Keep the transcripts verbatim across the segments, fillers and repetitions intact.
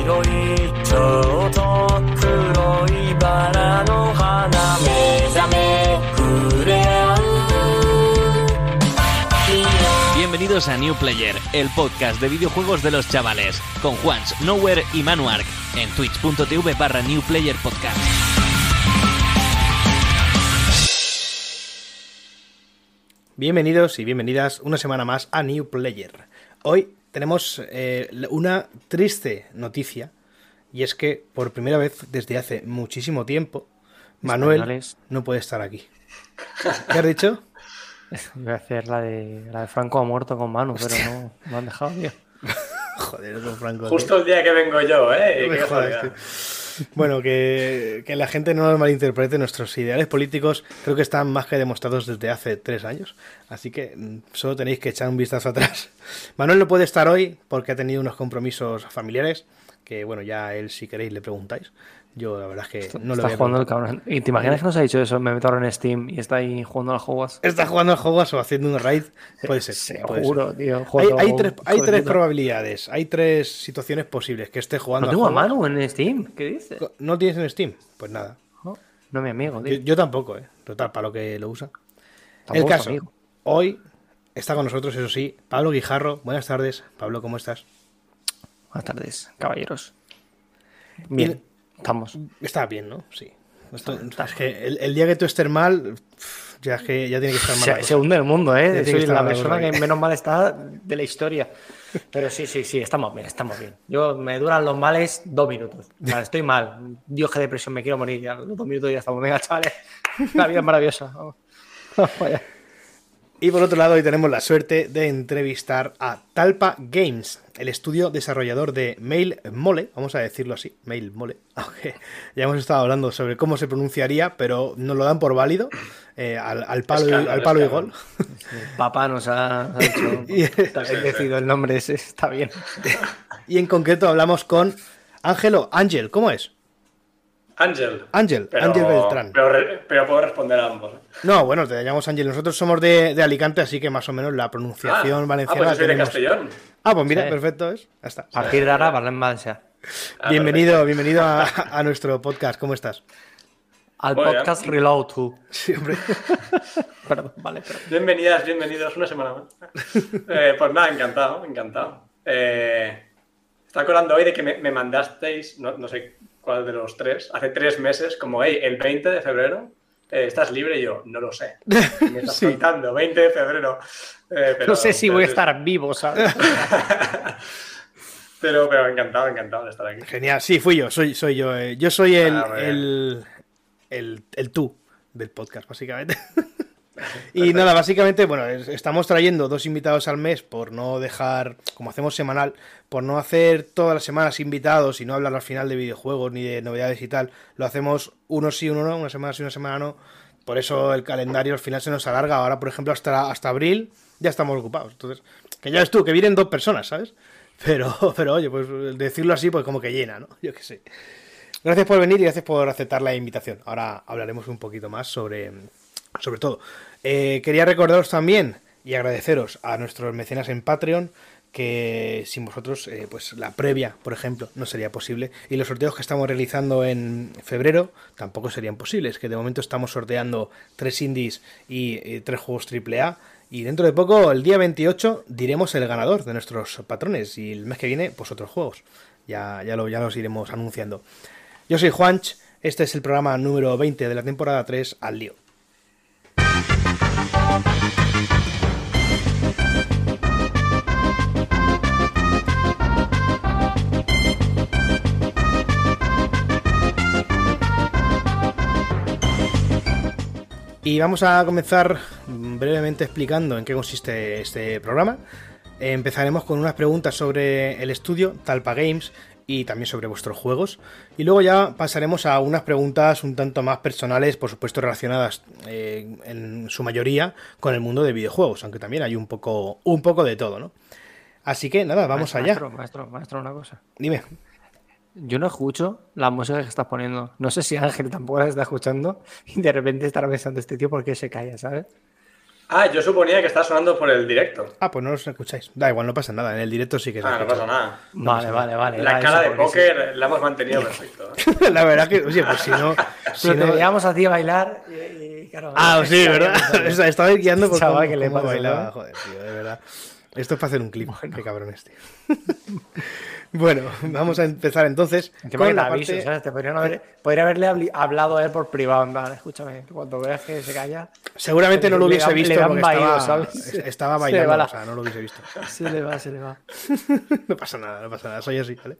色いちょうど黒いバラの花目覚め触れ合う Bienvenidos a New Player, el podcast de videojuegos de los chavales, con Juans, Nowhere y Manuark, en twitch.tv barra New Player Podcast. Bienvenidos y bienvenidas una semana más a New Player. Hoy tenemos eh, una triste noticia, y es que por primera vez desde hace muchísimo tiempo, Manuel Españoles. no puede estar aquí. ¿Qué has dicho? Iba a hacer la de, la de Franco ha muerto con Manu, pero no me han dejado, tío. Joder, eso Franco. Justo tío. el día que vengo yo, ¿eh? No me Qué jodas, casualidad. tío. Bueno, que, que la gente no nos malinterprete. Nuestros ideales políticos creo que están más que demostrados desde hace tres años. Así que mm, solo tenéis que echar un vistazo atrás. Manuel no puede estar hoy porque ha tenido unos compromisos familiares. Que bueno, ya a él si queréis le preguntáis. Yo la verdad es que no lo Está voy a jugando el preguntar. cabrón. ¿Y te imaginas que nos ha dicho eso? Me meto ahora en Steam y está ahí jugando al Hogwarts. ¿Está jugando al Hogwarts o haciendo un raid? Puede ser. puede Seguro, ser. tío. Hay, Jugando hay a un tres, hay hijo de tres puta. probabilidades. Hay tres situaciones posibles. Que esté jugando No tengo a a Hogwarts. Manu en Steam. ¿Qué dices? ¿No tienes en Steam? Pues nada. No, no mi amigo, Yo, tío. yo tampoco, ¿eh? Total, para lo que lo usa. Tampoco El es caso. amigo. Hoy está con nosotros, eso sí, Pablo Guijarro. Buenas tardes. Pablo, ¿cómo estás? Buenas tardes, caballeros. Bien, estamos. Está bien, ¿no? Sí. Esto- es que el, el día que tú estés mal, pff, ya es que ya tiene que estar mal. la Se, cosa. se hunde el mundo, Ya ¿eh? tiene que Soy estar la mal la persona cosa que aquí. menos mal está de la historia. Pero sí, sí, sí, estamos bien, estamos bien. Yo me duran los males dos minutos. Vale, estoy mal. Dios, qué depresión, me quiero morir. Ya, los dos minutos ya estamos. Venga, chavales. La vida es maravillosa. Vamos. Vamos allá. Y por otro lado, hoy tenemos la suerte de entrevistar a Talpa Games, el estudio desarrollador de Mail Mole, vamos a decirlo así, Mail Mole, aunque ya hemos estado hablando sobre cómo se pronunciaría, pero nos lo dan por válido, eh, al, al palo, y, Escándalo, al palo y escándalo. gol. Papá nos ha, nos ha dicho. Y- Está bien decidido el nombre ese, está bien. Y en concreto hablamos con Ángelo Ángel, ¿cómo es? Ángel. Ángel, Pero, Ángel Beltrán. Pero, re- pero puedo responder a ambos. ¿eh? No, bueno, te llamamos Ángel, nosotros somos de, de Alicante, así que más o menos la pronunciación Ah, valenciana ah, pues yo soy de tenemos- Castellón. Ah, pues mira, Sí. perfecto, ¿es? Ya está. A partir de ahora, parlem valencià. Ah, Bienvenido, bienvenido a, a nuestro podcast, ¿cómo estás? Al Muy bien. podcast Reload tú. Sí, hombre. Perdón, vale, perdón. Bienvenidas, bienvenidos una semana más. Eh, pues nada, encantado, encantado. Eh, está acordando hoy de que me, me mandasteis, no, no sé cuál de los tres, hace tres meses, como, hey, el veinte de febrero, eh, ¿estás libre? Y yo, no lo sé. Me estás Sí. contando, veinte de febrero. Eh, pero- No sé si pero voy a sí. estar vivo, ¿sabes? Pero, pero encantado, encantado de estar aquí. Genial, sí, fui yo, soy, soy yo. eh, Yo soy el, Ah, muy bien. el, el, el tú del podcast, básicamente. Y nada, básicamente, bueno, es- estamos trayendo dos invitados al mes por no dejar, como hacemos semanal, por no hacer todas las semanas invitados y no hablar al final de videojuegos ni de novedades y tal. Lo hacemos uno sí, uno no, una semana sí, una semana no. Por eso el calendario al final se nos alarga. Ahora, por ejemplo, hasta, hasta abril ya estamos ocupados. Entonces, que ya ves tú, que vienen dos personas, ¿sabes? Pero, pero oye, pues decirlo así, pues como que llena, ¿no? Yo qué sé. Gracias por venir y gracias por aceptar la invitación. Ahora hablaremos un poquito más sobre, sobre todo. Eh, quería recordaros también y agradeceros a nuestros mecenas en Patreon que sin vosotros, eh, pues la previa, por ejemplo, no sería posible. Y los sorteos que estamos realizando en febrero tampoco serían posibles, que de momento estamos sorteando tres indies y eh, tres juegos triple A. Y dentro de poco, el día veintiocho, diremos el ganador de nuestros patrones. Y el mes que viene, pues otros juegos. Ya, ya, lo, ya los iremos anunciando. Yo soy Juanch, este es el programa número veinte de la temporada tres, Al Lío. Y vamos a comenzar brevemente explicando en qué consiste este programa. Empezaremos con unas preguntas sobre el estudio, Talpa Games, y también sobre vuestros juegos. Y luego ya pasaremos a unas preguntas un tanto más personales, por supuesto relacionadas eh, en su mayoría con el mundo de videojuegos, aunque también hay un poco, un poco de todo, ¿no? Así que nada, vamos maestro, allá. Maestro, maestro, maestro, una cosa. Dime. Yo no escucho la música que estás poniendo. No sé si Ángel tampoco la está escuchando y de repente estará pensando este tío por qué se calla, ¿sabes? Ah, yo suponía que estaba sonando por el directo. Ah, pues no los escucháis. Da igual, no pasa nada. En el directo sí que se Ah, no escucha. pasa nada. Vale, vale, vale. La era cara eso, de porque póker la hemos mantenido perfecto. ¿eh? La verdad que, oye, pues si no... Si si te no... veíamos a ti bailar y, y claro... Ah, sí, ¿verdad? O sea, estaba guiando por Chaval, cómo, ¿qué le cómo pasa, bailaba. no? Joder, tío, de verdad. Esto es para hacer un clip. Qué cabrones, tío. Bueno, vamos a empezar entonces Encima con que te la aviso, parte... ¿sabes? Te podrían haber- podría haberle habli- hablado a él por privado, en plan, escúchame, cuando veas que se calla... Seguramente no lo le hubiese dan- visto le dan porque vaído, estaba, ¿sabes? estaba Se le va bailando, la- o sea, no lo hubiese visto. Se le va, se le va. No pasa nada, no pasa nada, soy así, ¿vale?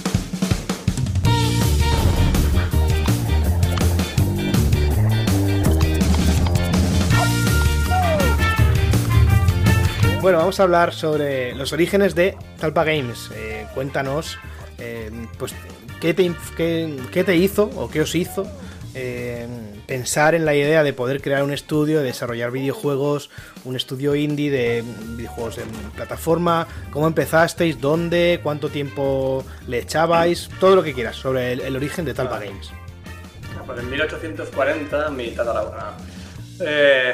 Bueno, vamos a hablar sobre los orígenes de Talpa Games. Eh, cuéntanos, eh, pues, ¿qué te, inf- qué, qué te hizo o qué os hizo eh, pensar en la idea de poder crear un estudio, de desarrollar videojuegos, un estudio indie de videojuegos en plataforma? ¿Cómo empezasteis? ¿Dónde? ¿Cuánto tiempo le echabais? Todo lo que quieras sobre el, el origen de Talpa Games. Pues en mil ochocientos cuarenta, mi tatarabuela. Eh,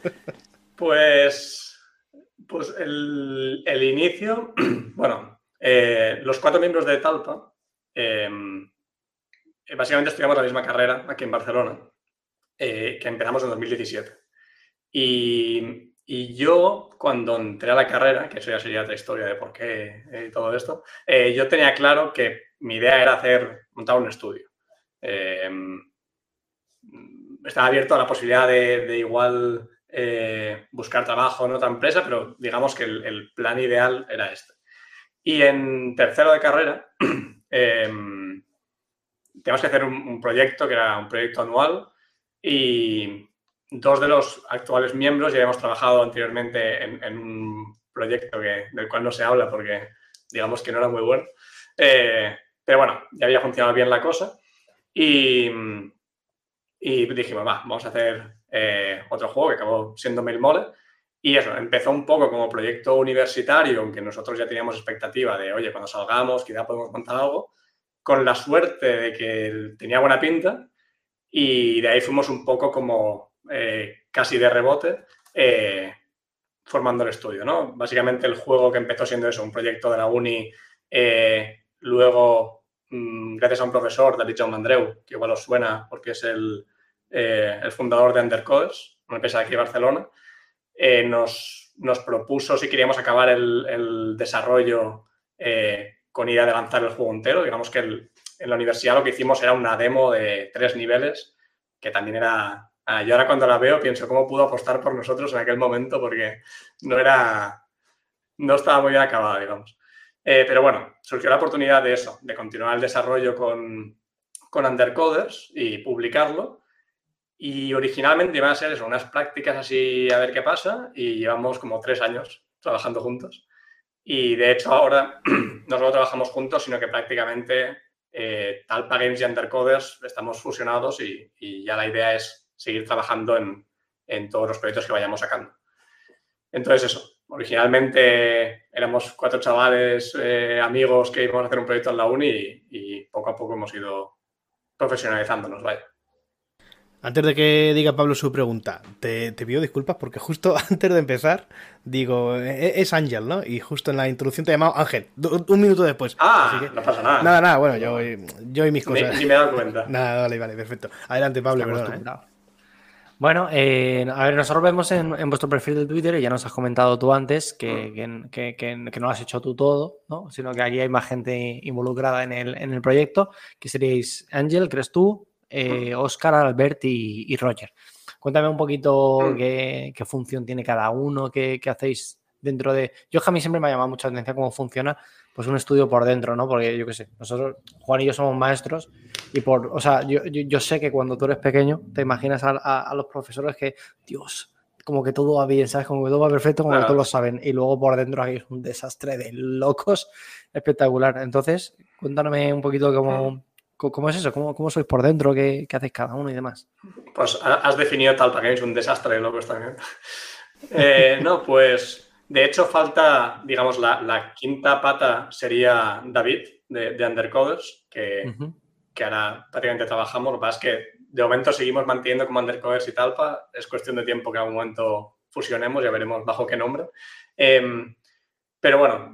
pues pues el, el inicio, bueno, eh, los cuatro miembros de Talpa, eh, básicamente estudiamos la misma carrera aquí en Barcelona, eh, que empezamos en dos mil diecisiete. Y, y yo, cuando entré a la carrera, que eso ya sería otra historia de por qué y eh, todo esto, eh, yo tenía claro que mi idea era hacer, montar un estudio. Eh, estaba abierto a la posibilidad de, de igual eh, buscar trabajo en otra empresa, pero digamos que el, el plan ideal era este. Y en tercero de carrera eh, teníamos que hacer un, un proyecto que era un proyecto anual y dos de los actuales miembros ya hemos trabajado anteriormente en, en un proyecto que, del cual no se habla porque digamos que no era muy bueno. Eh, pero bueno, ya había funcionado bien la cosa y... Y dijimos, va, vamos a hacer eh, otro juego que acabó siendo Mail Mole. Y eso, empezó un poco como proyecto universitario, aunque nosotros ya teníamos expectativa de, oye, cuando salgamos quizá podemos montar algo, con la suerte de que tenía buena pinta. Y de ahí fuimos un poco como eh, casi de rebote eh, formando el estudio, ¿no? Básicamente el juego que empezó siendo eso, un proyecto de la uni, eh, luego... gracias a un profesor, David Jaume Andreu, que igual os suena porque es el, eh, el fundador de Undercoders, una empresa de aquí de Barcelona, eh, nos, nos propuso si queríamos acabar el, el desarrollo eh, con idea de lanzar el juego entero. Digamos que el, en la universidad lo que hicimos era una demo de tres niveles, que también era... Ah, yo ahora cuando la veo pienso cómo pudo apostar por nosotros en aquel momento porque no era... no estaba muy bien acabada, digamos. Eh, pero bueno, surgió la oportunidad de eso, de continuar el desarrollo con, con Undercoders y publicarlo. Y originalmente iban a ser eso, unas prácticas así a ver qué pasa y llevamos como tres años trabajando juntos. Y de hecho ahora no solo trabajamos juntos, sino que prácticamente eh, Talpa Games y Undercoders estamos fusionados y, y ya la idea es seguir trabajando en, en todos los proyectos que vayamos sacando. Entonces eso. Originalmente éramos cuatro chavales, eh, amigos que íbamos a hacer un proyecto en la uni y, y poco a poco hemos ido profesionalizándonos, vaya. Antes de que diga Pablo su pregunta, te, te pido disculpas porque justo antes de empezar digo, es Ángel, ¿no? Y justo en la introducción te he llamado Ángel, un minuto después. Ah, así que, no pasa nada. Nada, nada, bueno, yo, yo y mis cosas. Ni, ni me he dado cuenta. Nada, vale, vale, perfecto. Adelante, Pablo, perdona, ¿eh? Bueno, eh, a ver, nosotros vemos en, en vuestro perfil de Twitter, y ya nos has comentado tú antes, que, que, que, que, que no lo has hecho tú todo, ¿no? Sino que aquí hay más gente involucrada en el, en el proyecto, que seríais Ángel, crees tú, eh, Óscar, Albert y, y Roger. Cuéntame un poquito mm. qué, qué función tiene cada uno, qué, qué hacéis dentro de... Yo, que a mí siempre me ha llamado mucha atención cómo funciona pues un estudio por dentro, ¿no? Porque yo qué sé, nosotros, Juan y yo somos maestros y por, o sea, yo, yo, yo sé que cuando tú eres pequeño te imaginas a, a, a los profesores que, Dios, como que todo va bien, ¿sabes? Como que todo va perfecto, como claro. que todos lo saben, y luego por dentro aquí es un desastre de locos espectacular. Entonces, cuéntame un poquito cómo, cómo es eso, cómo, cómo sois por dentro, qué, qué hacéis cada uno y demás. Pues has definido Talpa Games, un desastre de locos también. eh, no, pues... De hecho, falta, digamos, la, la quinta pata sería David, de, de Undercoders, que, uh-huh. que ahora prácticamente trabajamos. Lo que pasa es que de momento seguimos manteniendo como Undercoders y Talpa. Es cuestión de tiempo que en algún momento fusionemos, ya veremos bajo qué nombre. Eh, pero bueno,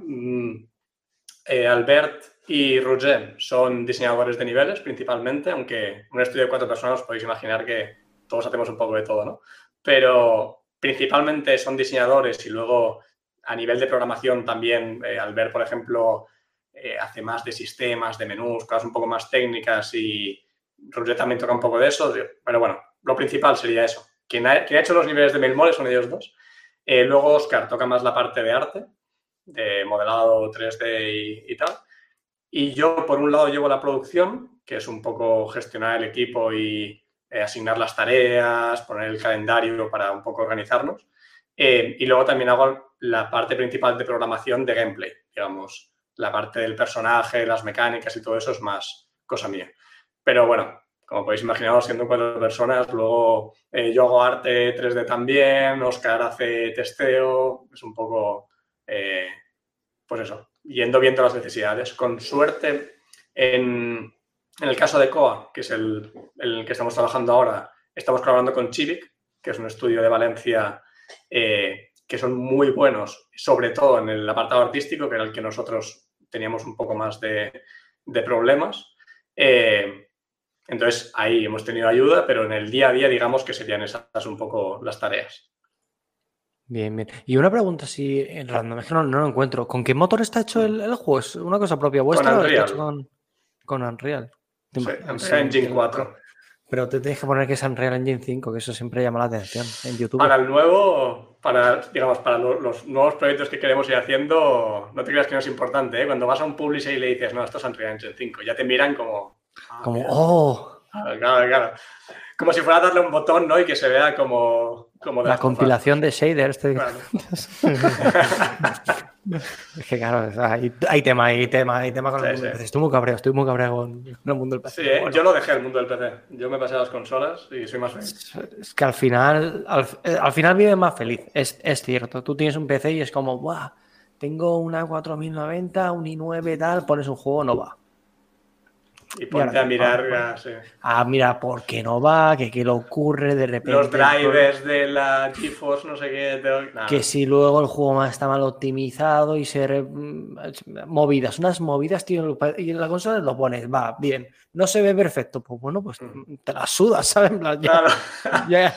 eh, Albert y Roger son diseñadores de niveles principalmente, aunque un estudio de cuatro personas os podéis imaginar que todos hacemos un poco de todo, ¿no? Pero principalmente son diseñadores y luego a nivel de programación también, eh, Albert, por ejemplo, eh, hace más de sistemas, de menús, cosas un poco más técnicas y Roger también toca un poco de eso. Pero bueno, lo principal sería eso. Quien ha, quien ha hecho los niveles de Mail Mole son ellos dos. Eh, luego Oscar toca más la parte de arte, de modelado tres D y, y tal. Y yo, por un lado, llevo la producción, que es un poco gestionar el equipo y eh, asignar las tareas, poner el calendario para un poco organizarnos. Eh, y luego también hago la parte principal de programación de gameplay, digamos. La parte del personaje, las mecánicas y todo eso es más cosa mía. Pero bueno, como podéis imaginar, siendo cuatro personas, luego eh, yo hago arte tres D también, Oscar hace testeo, es un poco, eh, pues eso, yendo viendo las necesidades. Con suerte, en, en el caso de Coa, que es el, el que estamos trabajando ahora, estamos colaborando con Civic, que es un estudio de Valencia eh, que son muy buenos, sobre todo en el apartado artístico, que era el que nosotros teníamos un poco más de, de problemas. Eh, entonces, ahí hemos tenido ayuda, pero en el día a día, digamos que serían esas un poco las tareas. Bien, bien. Y una pregunta, si en random, es que no, no lo encuentro. ¿Con qué motor está hecho el, el juego? ¿Es una cosa propia vuestra? Con ¿O está Unreal. hecho con, con Unreal? Sí, Sí, Unreal Engine cuatro. Pero te tienes que poner que es Unreal Engine cinco, que eso siempre llama la atención en YouTube. Para el nuevo, para, digamos, para lo, los nuevos proyectos que queremos ir haciendo, no te creas que no es importante, ¿eh? Cuando vas a un publisher y le dices, no, esto es Unreal Engine cinco, ya te miran como... Ah, Como, mira. oh, Claro, claro, claro. Como si fuera a darle un botón, ¿no? Y que se vea como... como de la las compilación de shaders. Te... Claro. Es que claro, o sea, hay, hay tema, hay tema, hay tema con el Sí, mundo del sí. P C. Estoy muy cabreado, estoy muy cabreado con el mundo del P C. Sí, ¿eh? Bueno, Yo lo dejé el mundo del P C. Yo me pasé a las consolas y soy más feliz. es que al final, al, al final vives más feliz, es, es cierto. Tú tienes un P C y es como, ¡buah! Tengo una cuatro mil noventa, un i nueve, tal, pones un juego, no va. Y ponte ahora, a mirar, ah, ah, sí. Ah, mira, ¿por qué no va? ¿Qué, qué le ocurre de repente? Los drivers de la GeForce, no sé qué. Te... Nah. Que si luego el juego más está mal optimizado y se... Re... Movidas, unas movidas, tío, y en la consola lo pones, va, bien. No se ve perfecto, pues bueno, pues te la sudas, ¿sabes? En plan, ya, Claro. ya,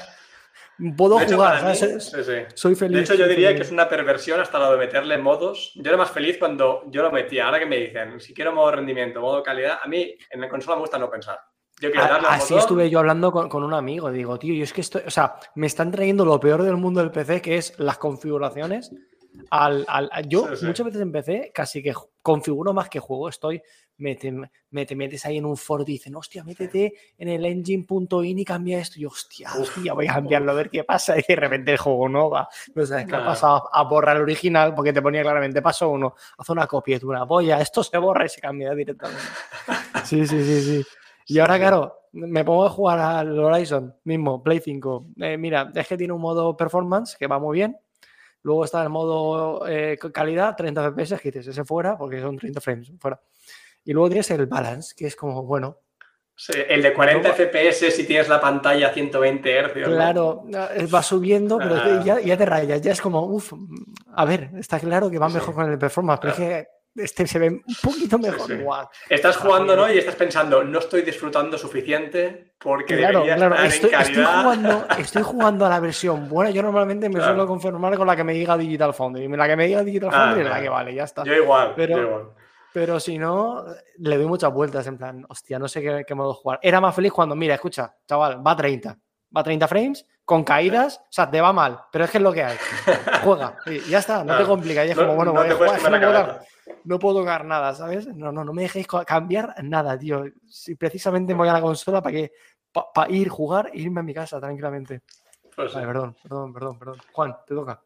puedo De hecho, jugar, para mí, ¿sabes? sí, sí. Soy feliz. De hecho, yo soy diría feliz. que es una perversión hasta lo de meterle modos. Yo era más feliz cuando yo lo metía. Ahora que me dicen, si quiero modo rendimiento, modo calidad, a mí en la consola me gusta no pensar. Yo quiero darle A- al Así botón. estuve yo hablando con, con un amigo. Digo, tío, yo es que estoy. O sea, me están trayendo lo peor del mundo del P C, que es las configuraciones. Al, al, al- yo Sí, sí. muchas veces en P C casi que ju- configuro más que juego. Estoy. Me te, me te metes ahí en un foro y dicen, hostia, métete en el engine.in y cambia esto. Y yo, hostia, hostia, voy a cambiarlo a ver qué pasa. Y de repente el juego no va. No sabes qué ha Nah. pasado a borrar el original porque te ponía claramente paso uno, haz una copia y tú una polla. Esto se borra y se cambia directamente. Sí, sí, sí, sí. Y ahora, claro, me pongo a jugar al Horizon mismo, Play cinco. Eh, mira, es que tiene un modo performance que va muy bien. Luego está el modo eh, calidad, treinta F P S, que dices ese fuera, porque son treinta frames fuera. Y luego tienes el balance, que es como, bueno, Sí, el de cuarenta Luego- F P S si tienes la pantalla a ciento veinte hercios. ¿no? claro, eh, va subiendo, pero Ah. ya, ya te rayas, ya es como, uff, a ver, está claro que va Sí. mejor con el performance, pero es que este se ve un poquito mejor. sí. Guau. Estás Ah, jugando, bien. ¿no? Y estás pensando, no estoy disfrutando suficiente porque Claro, debería claro, estar estoy, en estoy calidad. jugando, estoy jugando a la versión buena. Yo normalmente me Claro. suelo conformar con la que me diga Digital Foundry. La que me diga Digital Ah, Foundry es la claro. que vale, ya está. Yo igual, Pero- yo igual. Pero si no, le doy muchas vueltas en plan, hostia, no sé qué, qué modo jugar. Era más feliz cuando, mira, escucha, chaval, va a treinta. Va a treinta frames, con caídas, o sea, te va mal, pero es que es lo que hay. Juega, y ya está, no Claro. te complica. Y es No- como, bueno, no voy te a puedes jugar, comer no la puedo, cabeza. no puedo tocar nada, ¿sabes? No, no, no me dejéis co- cambiar nada, tío. Si precisamente me voy a la consola para que para ir, jugar e irme a mi casa tranquilamente. Pues sí. Vale, perdón, perdón, perdón, perdón. Juan, te toca.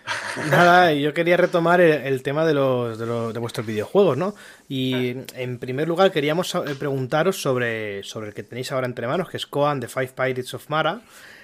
Nada, yo quería retomar el, el tema de los, de los de vuestros videojuegos, ¿no? Y en primer lugar queríamos sa- eh, preguntaros sobre, sobre el que tenéis ahora entre manos, que es Coan, The Five Pirates of Mara.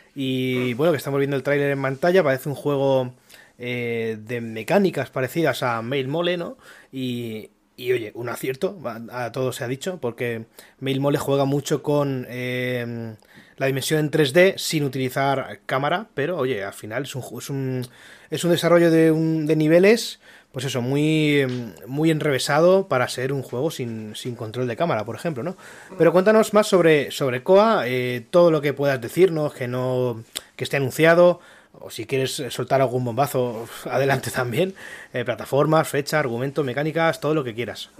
Y bueno, que estamos viendo el tráiler en pantalla, parece un juego eh, de mecánicas parecidas a Mail Mole, ¿no? Y, y oye, un acierto, a, a todo se ha dicho, porque Mail Mole juega mucho con eh, la dimensión en tres D sin utilizar cámara, pero oye, al final es un, es un, es un desarrollo de, un, de niveles, pues eso, muy, muy enrevesado para ser un juego sin, sin control de cámara, por ejemplo, ¿no? Pero cuéntanos más sobre, sobre Koa, eh, todo lo que puedas decirnos, que no, que esté anunciado, o si quieres soltar algún bombazo, adelante también. Eh, plataformas, fecha, argumento, mecánicas, todo lo que quieras.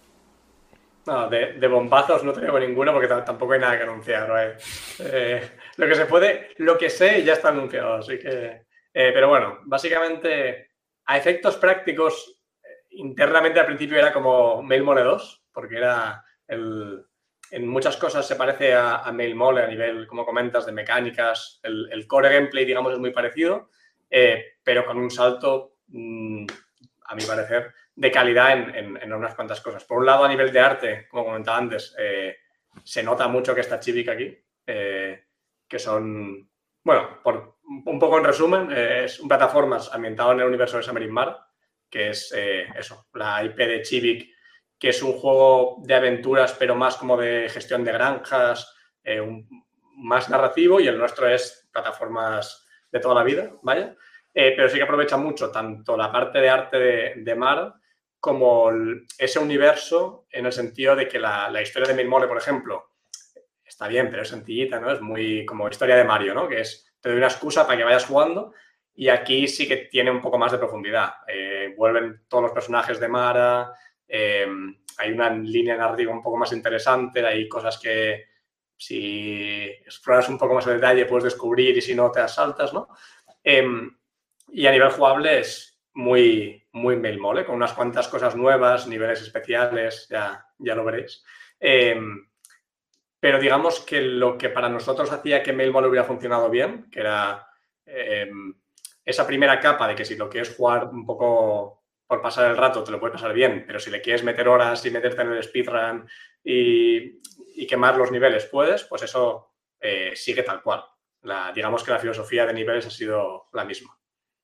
No, de, de bombazos no tengo ninguno porque t- tampoco hay nada que anunciar, ¿no? Eh, eh, lo que se puede, lo que sé ya está anunciado, así que... eh, pero bueno, básicamente, a efectos prácticos, internamente al principio era como MailMole dos, porque era el... En muchas cosas se parece a, a MailMole a nivel, como comentas, de mecánicas. El, el core gameplay, digamos, es muy parecido, eh, pero con un salto, mmm, a mi parecer, de calidad en, en, en unas cuantas cosas. Por un lado, a nivel de arte, como comentaba antes, eh, se nota mucho que está Chivik aquí, eh, que son, bueno, por, un poco en resumen, eh, es un plataformas ambientado en el universo de Summer in Mar, que es eh, eso, la I P de Chivik, que es un juego de aventuras, pero más como de gestión de granjas, eh, un, más narrativo, y el nuestro es plataformas de toda la vida, ¿vale? Eh, pero sí que aprovecha mucho tanto la parte de arte de, de Mar como el, ese universo, en el sentido de que la, la historia de MailMole, por ejemplo, está bien, pero es sencillita, ¿no? Es muy como historia de Mario, ¿no? Que es, te doy una excusa para que vayas jugando, y aquí sí que tiene un poco más de profundidad. Eh, vuelven todos los personajes de Mara, eh, hay una línea narrativa un poco más interesante, hay cosas que si exploras un poco más el detalle puedes descubrir y si no te asaltas, ¿no? Eh, y a nivel jugable es muy, muy MailMole, con unas cuantas cosas nuevas, niveles especiales, ya, ya lo veréis. Eh, pero digamos que lo que para nosotros hacía que MailMole hubiera funcionado bien, que era eh, esa primera capa de que si lo quieres jugar un poco por pasar el rato te lo puedes pasar bien, pero si le quieres meter horas y meterte en el speedrun y, y quemar los niveles puedes, pues eso eh, sigue tal cual. La, digamos que la filosofía de niveles ha sido la misma.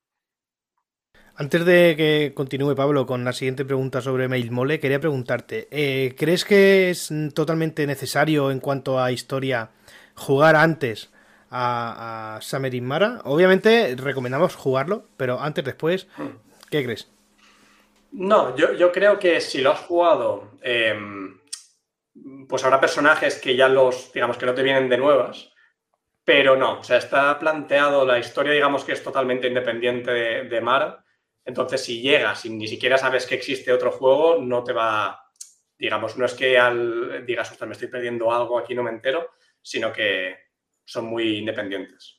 Antes de que continúe Pablo con la siguiente pregunta sobre MailMole, quería preguntarte, eh, ¿crees que es totalmente necesario en cuanto a historia jugar antes a, a Summer in Mara? Obviamente recomendamos jugarlo, pero antes, después, ¿qué crees? No, yo, yo creo que si lo has jugado, eh, pues habrá personajes que ya los, digamos, que no te vienen de nuevas, pero no, o sea, está planteado la historia, digamos que es totalmente independiente de, de Mara. Entonces, si llegas y ni siquiera sabes que existe otro juego, no te va, digamos, no es que al, digas, ostras, me estoy perdiendo algo, aquí no me entero, sino que son muy independientes.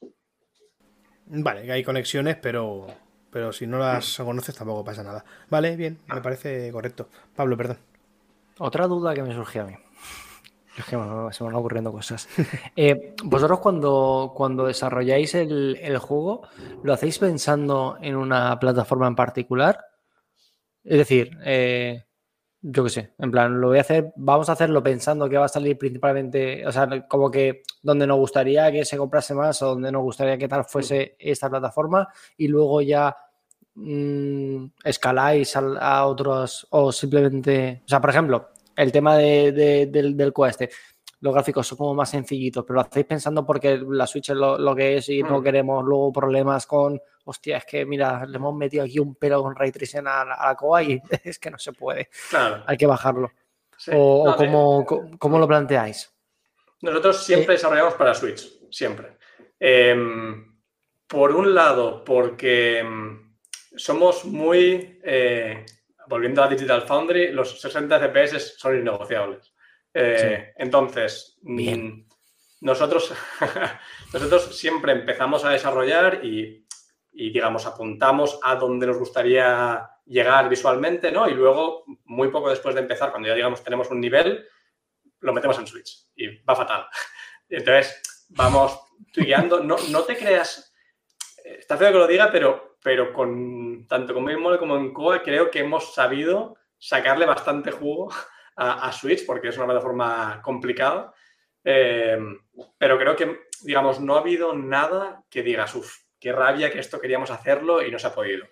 Vale, que hay conexiones, pero, pero si no las conoces tampoco pasa nada. Vale, bien, me parece correcto. Pablo, perdón. Otra duda que me surgió a mí. Es que bueno, se me van ocurriendo cosas. Eh, vosotros cuando, cuando desarrolláis el, el juego, ¿lo hacéis pensando en una plataforma en particular? Es decir, eh, yo qué sé, en plan, lo voy a hacer, vamos a hacerlo pensando que va a salir principalmente, o sea, como que donde nos gustaría que se comprase más o donde nos gustaría que tal fuese esta plataforma, y luego ya mmm, escaláis a, a otros, o simplemente, o sea, por ejemplo, el tema de, de, del, del Q este, los gráficos son como más sencillitos, pero lo hacéis pensando porque la Switch es lo, lo que es y no queremos luego problemas con, hostia, es que mira, le hemos metido aquí un pelo con Ray Tracing a, a la Koa y es que no se puede. Claro. Hay que bajarlo. Sí. O, no, o cómo, de... ¿cómo lo planteáis? Nosotros siempre eh... desarrollamos para Switch, siempre. Eh, por un lado, porque somos muy... Eh, volviendo a Digital Foundry, los sesenta F P S son innegociables. Eh, sí. Entonces, Bien. nosotros nosotros siempre empezamos a desarrollar y, y, digamos, apuntamos a donde nos gustaría llegar visualmente, ¿no? Y luego, muy poco después de empezar, cuando ya, digamos, tenemos un nivel, lo metemos en Switch y va fatal. Entonces, vamos tuiteando. No, no te creas... Está feo que lo diga, pero, pero con, tanto con MailMole como en Koa creo que hemos sabido sacarle bastante jugo a, a Switch, porque es una plataforma complicada. Eh, pero creo que, digamos, no ha habido nada que digas, uff, qué rabia que esto queríamos hacerlo y no se ha podido.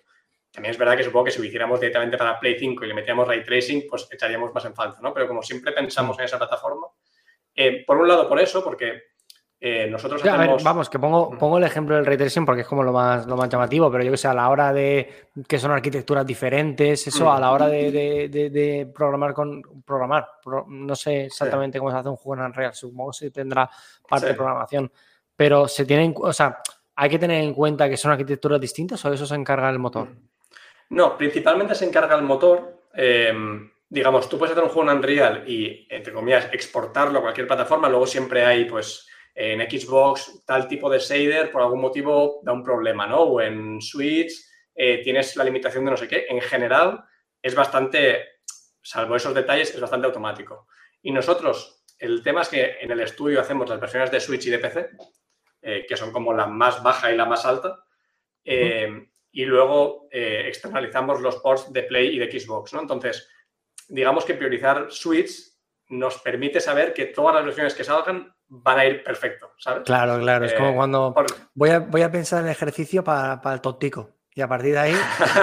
también es verdad que supongo que si lo hiciéramos directamente para Play cinco y le metíamos Ray Tracing, pues echaríamos más en falta, ¿no? Pero como siempre pensamos en esa plataforma, eh, por un lado por eso, porque eh, nosotros Ya, hacemos... a ver, vamos, que pongo, pongo el ejemplo del Ray Tracing porque es como lo más, lo más llamativo, pero yo que sé, a la hora de que son arquitecturas diferentes, eso, a la hora de, de, de, de programar con... Programar, pro, no sé exactamente sí. cómo se hace un juego en Unreal, supongo que sí tendrá parte sí. de programación, pero se tienen, o sea, hay que tener en cuenta que son arquitecturas distintas o de eso se encarga el motor. No, principalmente se encarga el motor. Eh, digamos, tú puedes hacer un juego en Unreal y, entre comillas, exportarlo a cualquier plataforma. Luego siempre hay, pues, en Xbox, tal tipo de shader, por algún motivo da un problema, ¿no? O en Switch eh, tienes la limitación de no sé qué. En general, es bastante, salvo esos detalles, es bastante automático. Y nosotros, el tema es que en el estudio hacemos las versiones de Switch y de P C, eh, que son como la más baja y la más alta. Eh, uh-huh. Y luego eh, externalizamos los ports de Play y de Xbox, ¿no? Entonces, digamos que priorizar Switch nos permite saber que todas las versiones que salgan van a ir perfecto, ¿sabes? Claro, claro. Eh, es como cuando por... voy, a, voy a pensar en el ejercicio para, para el tóptico y a partir de ahí...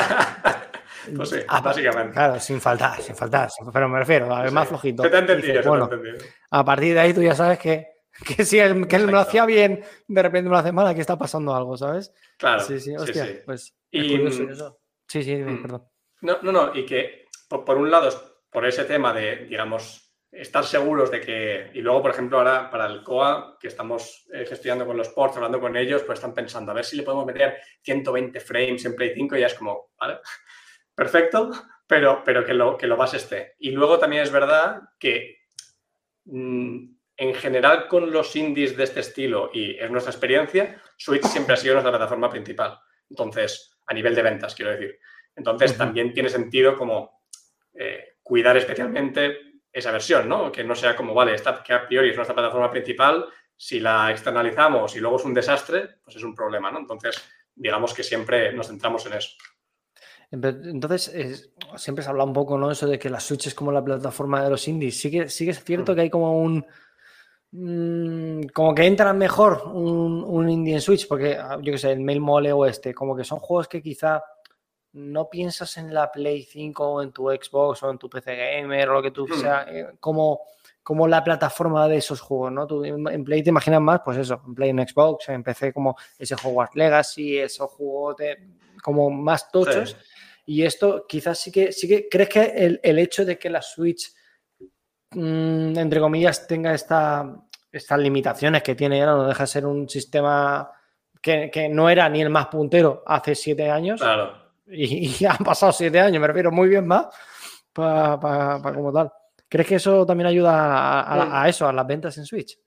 pues sí, a, básicamente. Claro, sin faltar, sin faltar. Pero me refiero a ver sí. más flojito. Se te ha entendido, dices, se bueno, te ha entendido. A partir de ahí tú ya sabes que... Que si él, que él me lo hacía bien, de repente me lo hace mal, aquí está pasando algo, ¿sabes? Claro. Sí, sí, hostia, sí, sí. pues y, es curioso eso. Sí, sí, mm, perdón. No, no, no, y que por, por un lado, por ese tema de, digamos, estar seguros de que, y luego, por ejemplo, ahora para el C O A, que estamos eh, gestionando con los ports, hablando con ellos, pues están pensando, a ver si le podemos meter ciento veinte frames en Play cinco y ya es como, ¿vale? Perfecto, pero, pero que, lo, que lo base esté. Y luego también es verdad que... Mmm, en general, con los indies de este estilo, y es nuestra experiencia, Switch siempre ha sido nuestra plataforma principal. Entonces, a nivel de ventas, quiero decir. Entonces, uh-huh. también tiene sentido como eh, cuidar especialmente esa versión, ¿no? Que no sea como, vale, esta que a priori es nuestra plataforma principal, si la externalizamos y luego es un desastre, pues es un problema, ¿no? Entonces, digamos que siempre nos centramos en eso. Entonces, es, siempre se habla un poco, ¿no? Eso de que la Switch es como la plataforma de los indies. Sí que, sí que es cierto uh-huh. que hay como un... como que entran mejor un, un indie en Switch, porque yo que sé, el Mail Mole o este, como que son juegos que quizá no piensas en la Play cinco o en tu Xbox o en tu P C Gamer o lo que tú hmm. sea, como, como la plataforma de esos juegos, ¿no? Tú en Play te imaginas más, pues eso, en Play, en Xbox, en P C como ese Hogwarts Legacy, esos juegos de, como más tochos, sí. Y esto quizás sí que, sí que ¿crees que el, el hecho de que la Switch entre comillas tenga esta, estas limitaciones que tiene ahora, no deja de ser un sistema que, que no era ni el más puntero hace siete años claro. y, y han pasado siete años, me refiero muy bien más para pa, pa como tal. ¿Crees que eso también ayuda a, a, a eso, a las ventas en Switch?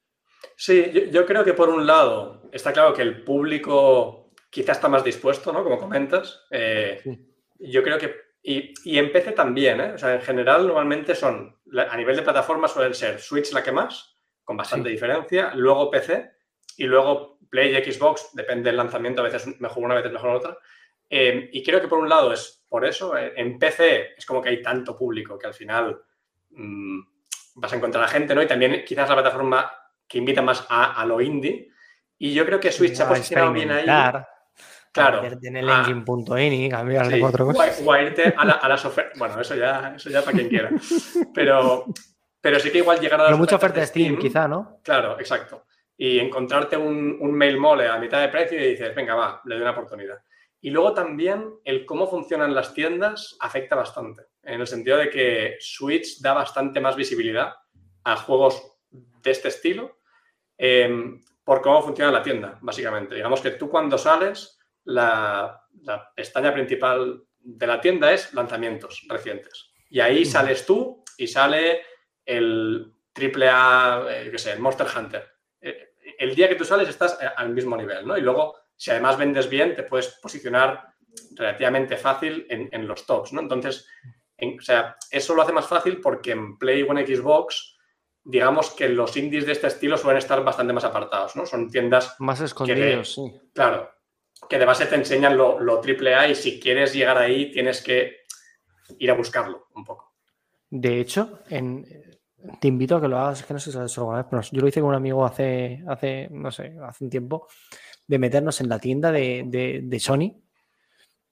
Sí, yo, yo creo que por un lado está claro que el público quizá está más dispuesto, ¿no? Como comentas. Eh, sí. Yo creo que Y, y en P C también, ¿eh? O sea, en general normalmente son, a nivel de plataforma suelen ser Switch la que más, con bastante sí. diferencia, luego P C y luego Play y Xbox, depende del lanzamiento, a veces mejor una, a veces mejor otra. Eh, y creo que por un lado es por eso, eh, en P C es como que hay tanto público que al final mmm, vas a encontrar a gente, ¿no? Y también quizás la plataforma que invita más a, a lo indie. Y yo creo que Switch se ha posicionado bien ahí. Claro. En el engine.ini, cambiar de cuatro cosas. O a irte a, la, a las ofertas. Bueno, eso ya, eso ya para quien quiera. Pero, pero sí que igual llegar a las pero mucha oferta de Steam, Steam, quizá, ¿no? Claro, exacto. Y encontrarte un, un Mail Mole a mitad de precio y dices, venga, va, le doy una oportunidad. Y luego también el cómo funcionan las tiendas afecta bastante. En el sentido de que Switch da bastante más visibilidad a juegos de este estilo eh, por cómo funciona la tienda, básicamente. Digamos que tú cuando sales... La, la pestaña principal de la tienda es lanzamientos recientes. Y ahí sales tú y sale el triple A, eh, qué sé, el Monster Hunter. Eh, el día que tú sales estás al mismo nivel, ¿no? Y luego, si además vendes bien, te puedes posicionar relativamente fácil en, en los tops, ¿no? Entonces, en, o sea, eso lo hace más fácil porque en Play o en Xbox, digamos que los indies de este estilo suelen estar bastante más apartados, ¿no? Son tiendas... Más escondidos, que, sí. Claro. Que de base te enseñan lo, lo triple A y si quieres llegar ahí tienes que ir a buscarlo un poco. De hecho, en, te invito a que lo hagas, es que no sé si sabes alguna vez, pero yo lo hice con un amigo hace, hace no sé, hace un tiempo, de meternos en la tienda de, de, de Sony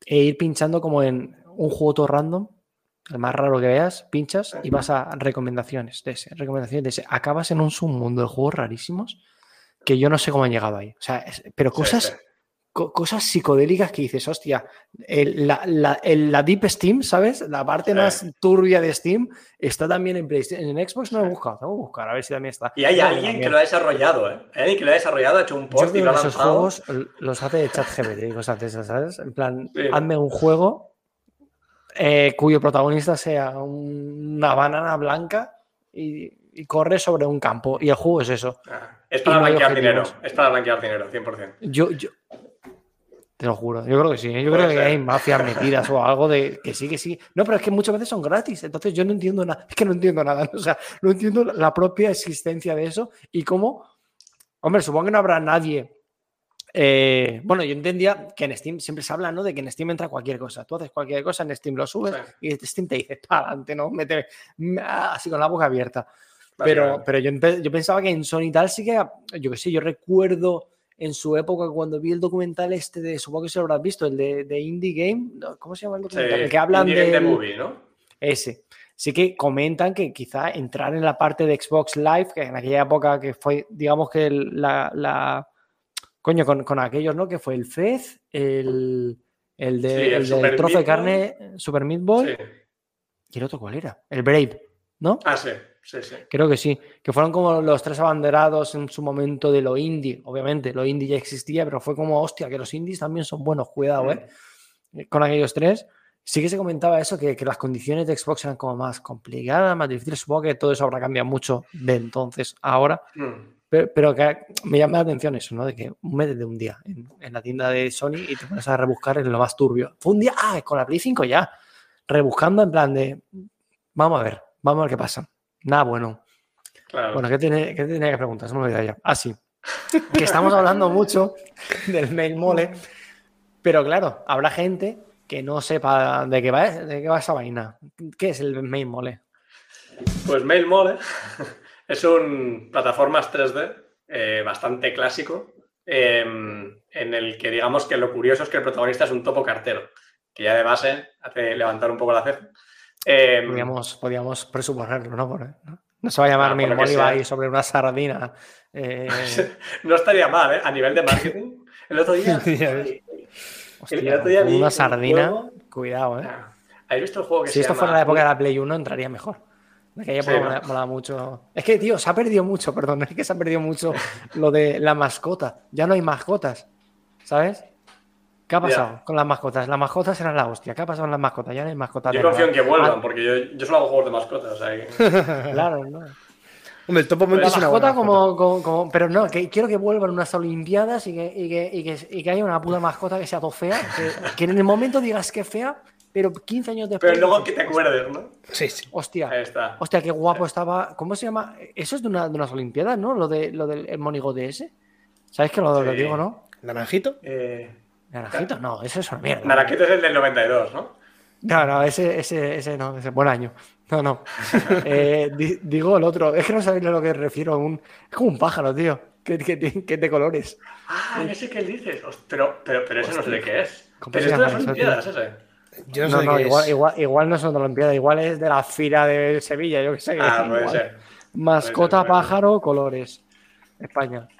e ir pinchando como en un juego todo random, el más raro que veas, pinchas y vas a recomendaciones de ese, recomendaciones de ese. Acabas en un submundo de juegos rarísimos que yo no sé cómo han llegado ahí. O sea, es, pero cosas, Sí, sí. co- cosas psicodélicas que dices, hostia, el- la, la- el- la Deep Steam, ¿sabes? La parte Sí. más turbia de Steam está también en PlayStation. En Xbox no lo he buscado, tengo que buscar, a ver si también está. Y hay No, alguien también. que lo ha desarrollado, ¿eh? Hay alguien que lo ha desarrollado, ha hecho un Yo post y creo lo ha que esos lanzado. juegos los hace de ChatGPT y cosas de esas, ¿sabes? En plan, Sí. hazme un juego eh, cuyo protagonista sea un- una banana blanca y, y corre sobre un campo. Y el juego es eso. Ah, es Y para no hay blanquear dinero. objetivos. Es para blanquear dinero, cien por ciento. Yo, yo te lo juro, yo creo que sí. Yo Puede creo que ser. hay mafias metidas o algo de que sí, que sí. No, pero es que muchas veces son gratis. Entonces yo no entiendo nada. Es que no entiendo nada. O sea, no entiendo la propia existencia de eso y cómo. Hombre, supongo que no habrá nadie. Eh, bueno, yo entendía que en Steam siempre se habla, ¿no? De que en Steam entra cualquier cosa. Tú haces cualquier cosa, en Steam lo subes Sí. y Steam te dice, para adelante, ¿no? Mete así con la boca abierta. Pero, Básicamente. pero yo, empe- yo pensaba que en Sony y tal sí que, yo qué sé, yo recuerdo en su época cuando vi el documental este de, supongo que se lo habrás visto, el de, de Indie Game, ¿no? ¿Cómo se llama el Sí, documental? El que hablan Indie Game del- The Movie, ¿no? ese. Sí que comentan que quizá entrar en la parte de Xbox Live, que en aquella época que fue, digamos que el- la, la- coño, con, con aquellos, ¿no? Que fue el Fez, el, el, de, Sí, el el del Super trozo de Meat Boy. carne, Super Meat Boy, Sí. y el otro, ¿cuál era? El Brave, ¿no? Ah, sí, sí, sí. Creo que sí, que fueron como los tres abanderados en su momento de lo indie. Obviamente, lo indie ya existía, pero fue como, hostia, que los indies también son buenos, cuidado, ¿eh? Con aquellos tres. Sí que se comentaba eso, que, que las condiciones de Xbox eran como más complicadas, más difíciles. Supongo que todo eso habrá cambiado mucho de entonces a ahora. Mm. Pero, pero que me llama la atención eso, ¿no? De que un mes de un día en, en la tienda de Sony y te pones a rebuscar en lo más turbio. Fue un día, ah, con la Play cinco ya. Rebuscando en plan de, vamos a ver, vamos a ver qué pasa. Nada bueno. Claro. Bueno, ¿qué tiene, qué tenía que preguntar? Se me olvidó ya. Ah, sí. Que estamos hablando mucho del mail mole, pero claro, habrá gente que no sepa de qué va, de qué va esa vaina. ¿Qué es el mail mole? Pues MailMole es un plataformas tres D eh, bastante clásico, eh, en el que digamos que lo curioso es que el protagonista es un topo cartero, que ya de base hace levantar un poco la ceja. Eh, Podríamos, podríamos presuponerlo, ¿no? Por- ¿no? No se va a llamar Ah, por mail lo que mole y va a sea. ir sobre una sardina. Eh, no estaría mal, ¿eh? A nivel de marketing. El otro día... Ya ves. hostia, el otro día con vi una un sardina, juego- cuidado, ¿eh? Ah, ¿habéis visto el juego que Si se esto llama... fuera la época de la Play uno, entraría mejor. De aquella Sí, época ¿no? mola- molaba mucho. Es que, tío, se ha perdido mucho, perdón, es que se ha perdido mucho lo de la mascota. Ya no hay mascotas, ¿sabes? ¿Qué ha pasado Ya. con las mascotas? Las mascotas eran la hostia. ¿Qué ha pasado con las mascotas? Ya no hay mascotas. Yo de confío en nada. que vuelvan, Ah, porque yo, yo solo hago juegos de mascotas, o sea que... claro, ¿no? Hombre, el Topo Monte La es una mascota buena mascota. como, como, como- Pero no, que quiero que vuelvan unas Olimpiadas y que, y que, y que, y que haya una puta mascota que sea todo fea. Que, que en el momento digas que es fea, pero quince años después. Pero luego que dices, te acuerdes, ¿no? Sí, sí. Hostia. Ahí está. Hostia, qué guapo estaba. ¿Cómo se llama? Eso es de, una, de unas Olimpiadas, ¿no? Lo, de, lo del monigote ese. ¿Sabes que lo, lo Sí. digo, no? ¿Naranjito? Eh, Naranjito, no, eso es una mierda. Naranjito es el del noventa y dos, ¿no? No, no, ese, ese, ese no, ese buen año. No, no. Eh, di- digo el otro. Es que no sabéis a lo que refiero. Un, es como un pájaro, tío. Que, que, que, que es de colores. Ah, ese que dices. Host- Pero, pero, pero ese no sé de qué es. ¿Cómo Pero se esto de llama las eso, Olimpiadas, ese. Yo no, No, sé no, qué igual, es. igual, igual no son de la Olimpiada. Igual es de la Fira de Sevilla, yo qué sé. Ah, puede igual. ser. Mascota, Puede ser, puede ser. pájaro, colores. España.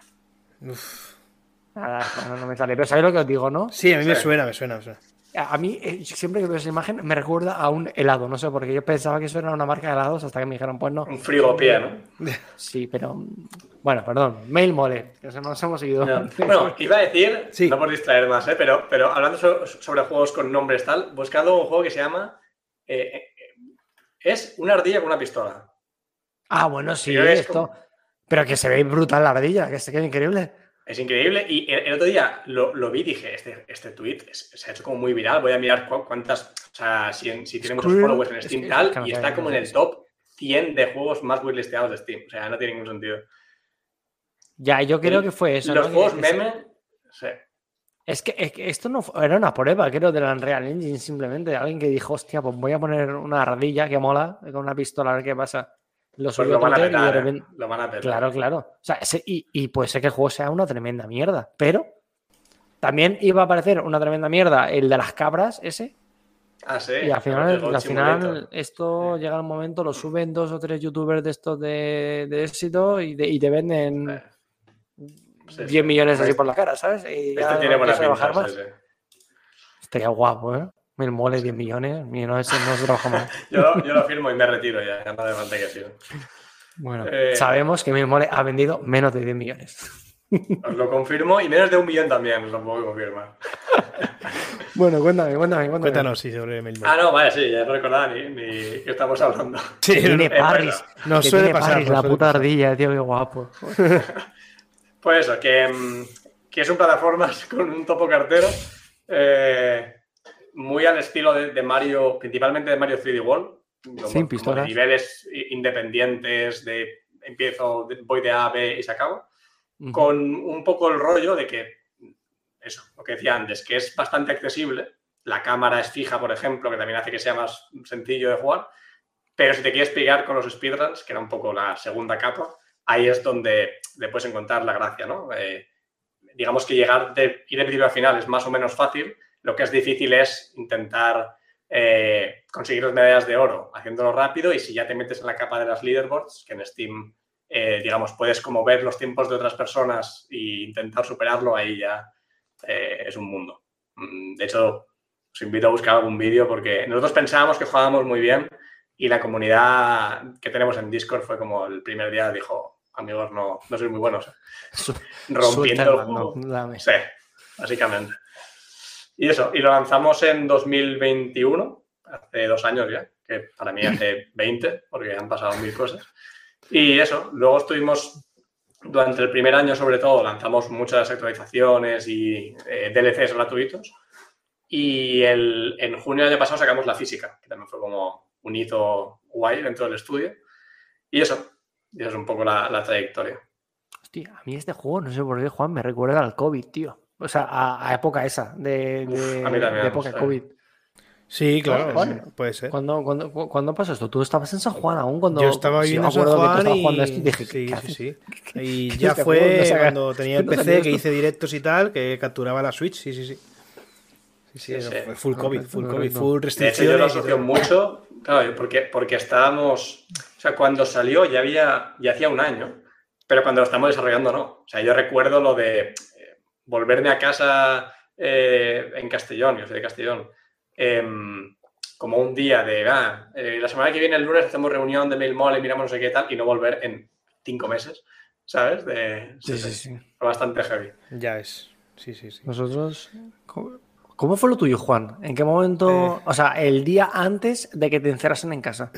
Uf. Nada, no, no me sale. Pero sabéis lo que os digo, ¿no? Sí, a mí me Sí. suena, me suena, me suena. A a mí, eh, siempre que veo esa imagen, me recuerda a un helado, no sé, porque yo pensaba que eso era una marca de helados hasta que me dijeron, pues no. Un frigopié, ¿no? Sí, pero. mm, Bueno, perdón. Mail mole, que se nos hemos ido. No. Bueno, iba a decir, Sí. no por distraer más, ¿eh? pero, pero hablando so- sobre juegos con nombres tal, buscando un juego que se llama... eh, eh, es una ardilla con una pistola. Ah, bueno, sí, Pero es esto. como- Pero que se ve brutal la ardilla, que se queda increíble. Es increíble. Y el, el otro día lo, lo vi y dije, este, este tweet es- se ha hecho como muy viral. Voy a mirar cu- cuántas... O sea, si, si tiene muchos Squirrel, followers en es Steam que- y tal, es que no y sé, está no como en sé el eso. top cien de juegos más whitlisteados de Steam. O sea, no tiene ningún sentido. Ya, yo creo El- que fue eso. Los ¿no? juegos Que- que- meme... sí. Es que, es que esto no fue- era una prueba, creo, de la Unreal Engine, simplemente. Alguien que dijo, hostia, pues voy a poner una ardilla que mola con una pistola a ver qué pasa. Lo Pues subió lo a van a Twitter y de petar, ¿eh? repente. Lo van a petar. Claro, claro. O sea, ese- y, y puede ser que el juego sea una tremenda mierda, pero También iba a aparecer una tremenda mierda, el de las cabras, ese. Ah, sí. Y al final, el Gold al final Simulator. esto llega al momento, lo suben dos o tres youtubers de estos de, de éxito y, de, y te venden Eh, sí, diez sí. millones así Este- por la cara, ¿sabes? Y Este ya tiene no buena pienso bajar pinta, más. sí, sí. Estaría guapo, ¿eh? Mil moles, diez millones. Y no, ese no se trabaja más. Yo, lo- yo lo firmo y me retiro ya, ya no hace falta que siga. Bueno, Eh, sabemos que Mil moles ha vendido menos de diez millones. Os lo confirmo y menos de un millón también, os lo puedo confirmar. Bueno, cuéntame, cuéntame, cuéntame. Cuéntanos, sí, sobre Mil Ah, no, vale, sí, ya no recordaba ni, ni qué estamos hablando. Sí, Que tiene Eh, Parris. bueno, nos que suele tiene pasar, Parris, nos la suele puta pasar. ardilla, tío, qué guapo. Pues eso, que, mm, que es un plataformas con un topo cartero eh, muy al estilo de, de Mario, principalmente de Mario tres D World. Como, Sin como pistolas. de niveles independientes, de empiezo, de- voy de A a B y se acaba. Con un poco el rollo de que, eso, lo que decía antes, que es bastante accesible. La cámara es fija, por ejemplo, que también hace que sea más sencillo de jugar. Pero si te quieres pegar con los speedruns, que era un poco la segunda capa, ahí es donde le puedes encontrar la gracia, ¿no? Eh, digamos que llegar de, ir de principio a final es más o menos fácil. Lo que es difícil es intentar eh, conseguir las medallas de oro haciéndolo rápido, y si ya te metes en la capa de las leaderboards, que en Steam, eh, digamos, puedes como ver los tiempos de otras personas e intentar superarlo, ahí ya eh, es un mundo. De hecho, os invito a buscar algún vídeo porque nosotros pensábamos que jugábamos muy bien y la comunidad que tenemos en Discord fue como el primer día dijo, amigos, no, no sois muy buenos. Rompiendo el juego. Dame. Sí, básicamente. Y eso, y lo lanzamos en dos mil veintiuno, hace dos años ya, que para mí hace veinte, porque han pasado mil cosas. Y eso, luego estuvimos, durante el primer año sobre todo, lanzamos muchas actualizaciones y eh, D L Cs gratuitos. Y el, en junio del año pasado sacamos la física, que también fue como un hito guay dentro del estudio. Y eso, y eso es un poco la, la trayectoria. Hostia, a mí este juego, no sé por qué, Juan, me recuerda al COVID, tío. O sea, a, a época esa, de, de, Uf, a mí también, de época sí. COVID. Sí, claro, Juan, sí, puede ser. ¿Cuándo, cuándo, ¿Cuándo pasó esto? Tú estabas en San Juan aún cuando... Yo estaba sí, viviendo me en San acuerdo que tú Juan estabas y... jugando a esto y dije, sí, ¿qué sí, haces? sí. ¿Qué- Y qué ya este fue juego no se haga? cuando tenía el ¿Dónde P salió C, que esto? hice directos y tal, que capturaba la Switch, sí, sí, sí. Sí, sí, Sí, eso sí. fue full COVID, full No, COVID, no. full De hecho, restricciones. yo lo y asocio todo. mucho, claro, porque, porque estábamos... O sea, cuando salió ya había ya hacía un año, pero cuando lo estamos desarrollando no. O sea, yo recuerdo lo de eh, volverme a casa eh, en Castellón, yo soy de Castellón, eh, como un día de, ah, eh, la semana que viene, el lunes, hacemos reunión de Mail Mole y miramos no sé qué tal, y no volver en cinco meses, ¿sabes? De, Sí, sí, sí. Fue bastante heavy. Ya es. Sí, sí, sí. Nosotros... ¿Cómo, cómo fue lo tuyo, Juan? ¿En qué momento...? Eh. O sea, el día antes de que te encerrasen en casa.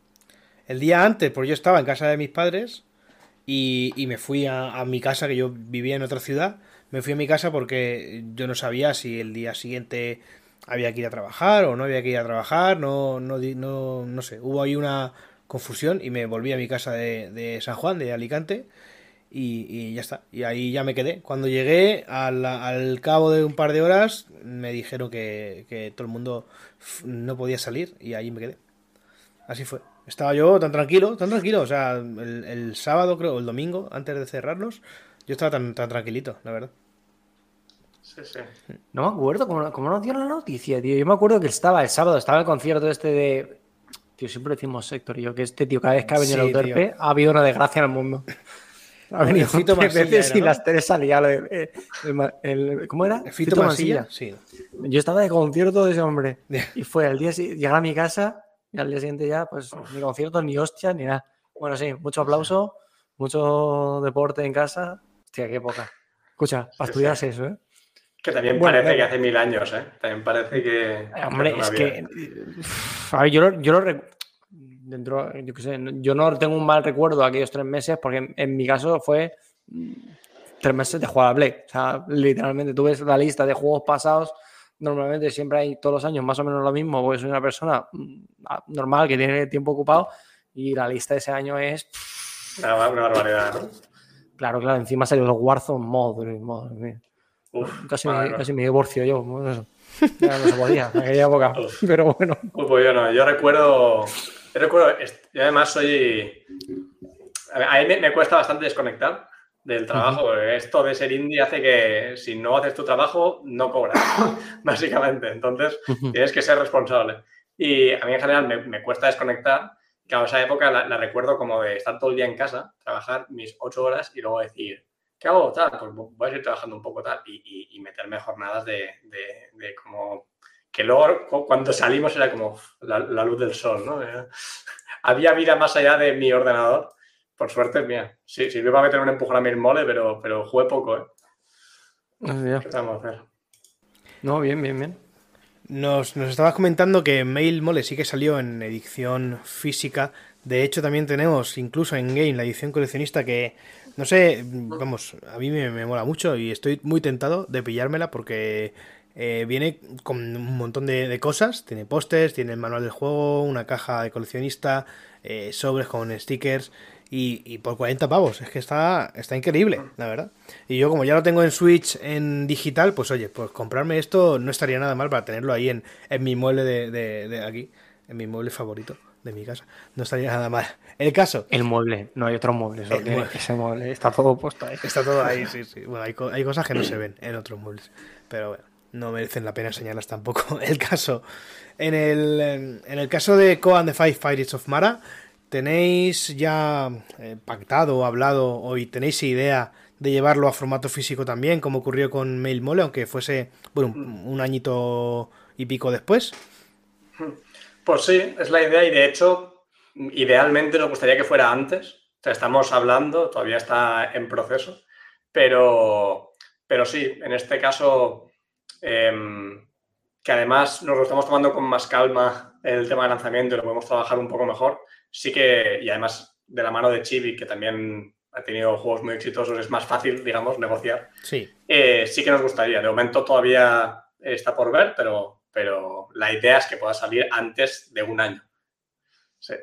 El día antes, pues yo estaba en casa de mis padres y, y me fui a, a mi casa, que yo vivía en otra ciudad. Me fui a mi casa porque yo no sabía si el día siguiente había que ir a trabajar o no había que ir a trabajar. No, no, di- no, no sé. Hubo ahí una confusión y me volví a mi casa de, de San Juan, de Alicante. Y, y ya está. Y ahí ya me quedé. Cuando llegué, al, al cabo de un par de horas, me dijeron que, que todo el mundo f- no podía salir y ahí me quedé. Así fue. Estaba yo tan tranquilo, tan tranquilo. O sea, el, el sábado, creo, o el domingo, antes de cerrarnos, yo estaba tan, tan tranquilito, la verdad. Sí, sí. No me acuerdo cómo, cómo nos dieron la noticia, tío. Yo me acuerdo que estaba el sábado, estaba el concierto este de... Tío, siempre decimos Héctor y yo que este tío, cada vez que ha venido Sí, el Autorpe, ha habido una desgracia en el mundo. Ha venido Fito tres Mansilla veces era, y ¿no? las tres salía. El, el- el- el- ¿Cómo era? ¿Fito Mansilla? Sí. Yo estaba de concierto de ese hombre. Y fue al día siguiente, llegar a mi casa y al día siguiente ya, pues ni concierto, ni hostia, ni nada. Bueno, sí, mucho aplauso, mucho deporte en casa. Hostia, qué poca. Escucha, para Sí, estudiar sí. eso, ¿eh? Que también Bueno, parece da que igual. hace mil años, ¿eh? También parece que... Eh, Hombre, que es una que. vida. A ver, yo lo, yo lo rec- dentro, yo qué sé, yo no tengo un mal recuerdo de aquellos tres meses, porque en, en mi caso fue mm, tres meses de jugar a Play. O sea, literalmente, tú ves la lista de juegos pasados, normalmente siempre hay todos los años más o menos lo mismo, porque soy una persona mm, normal que tiene tiempo ocupado, y la lista de ese año es. Una, una barbaridad, ¿no? Claro, claro, encima salió los Warzone, madre, madre mía. Uf, Casi, madre me, mía. casi me divorcio yo, por eso. Ya no se podía, en aquella época. Uf. Pero bueno. Uy, pues yo no, yo recuerdo, yo recuerdo, est- yo además soy, a mí me, me cuesta bastante desconectar, del trabajo. Uh-huh. Esto de ser indie hace que si no haces tu trabajo, no cobras, básicamente. Entonces, uh-huh. tienes que ser responsable. Y a mí en general me, me cuesta desconectar. Claro, esa época la, la recuerdo como de estar todo el día en casa, trabajar mis ocho horas y luego decir, ¿qué hago? Tal, pues voy a seguir trabajando un poco tal y, y, y meterme jornadas de, de, de como... Que luego cuando salimos era como la, la luz del sol, ¿no? Había vida más allá de mi ordenador. Por suerte, mira, sí, sirvió para meter un empujón a mi mole, pero, pero jugué poco, ¿eh? Oh, ¿Qué vamos a hacer? No, bien, bien, bien. Nos, nos estabas comentando que Mail Mole sí que salió en edición física. De hecho, también tenemos incluso en Game la edición coleccionista que, no sé, vamos, a mí me, me mola mucho y estoy muy tentado de pillármela porque eh, viene con un montón de, de cosas. Tiene pósters, tiene el manual del juego, una caja de coleccionista, eh, sobres con stickers. Y, y por cuarenta pavos, es que está, está increíble, la verdad. Y yo como ya lo tengo en Switch en digital, pues oye, pues comprarme esto no estaría nada mal para tenerlo ahí en, en mi mueble de, de, de aquí, en mi mueble favorito de mi casa. No estaría nada mal. El caso... El mueble, no hay otro mueble, solo mueble. Ese mueble está todo puesto ahí. Está todo ahí, sí, sí. Bueno, hay, hay cosas que no se ven en otros muebles, pero bueno, no merecen la pena enseñarlas tampoco. El caso, en el, en el caso de Koa and the Five Pirates of Mara... ¿Tenéis ya eh, pactado o hablado o tenéis idea de llevarlo a formato físico también, como ocurrió con Mail Mole, aunque fuese bueno, un, un añito y pico después? Pues sí, es la idea y de hecho, idealmente nos gustaría que fuera antes. O sea, estamos hablando, todavía está en proceso, pero, pero sí, en este caso, eh, que además nos lo estamos tomando con más calma el tema de lanzamiento y lo podemos trabajar un poco mejor. Sí que, y además de la mano de Chibi, que también ha tenido juegos muy exitosos, es más fácil, digamos, negociar. Sí. Eh, sí que nos gustaría. De momento todavía está por ver, pero, pero la idea es que pueda salir antes de un año. Sí.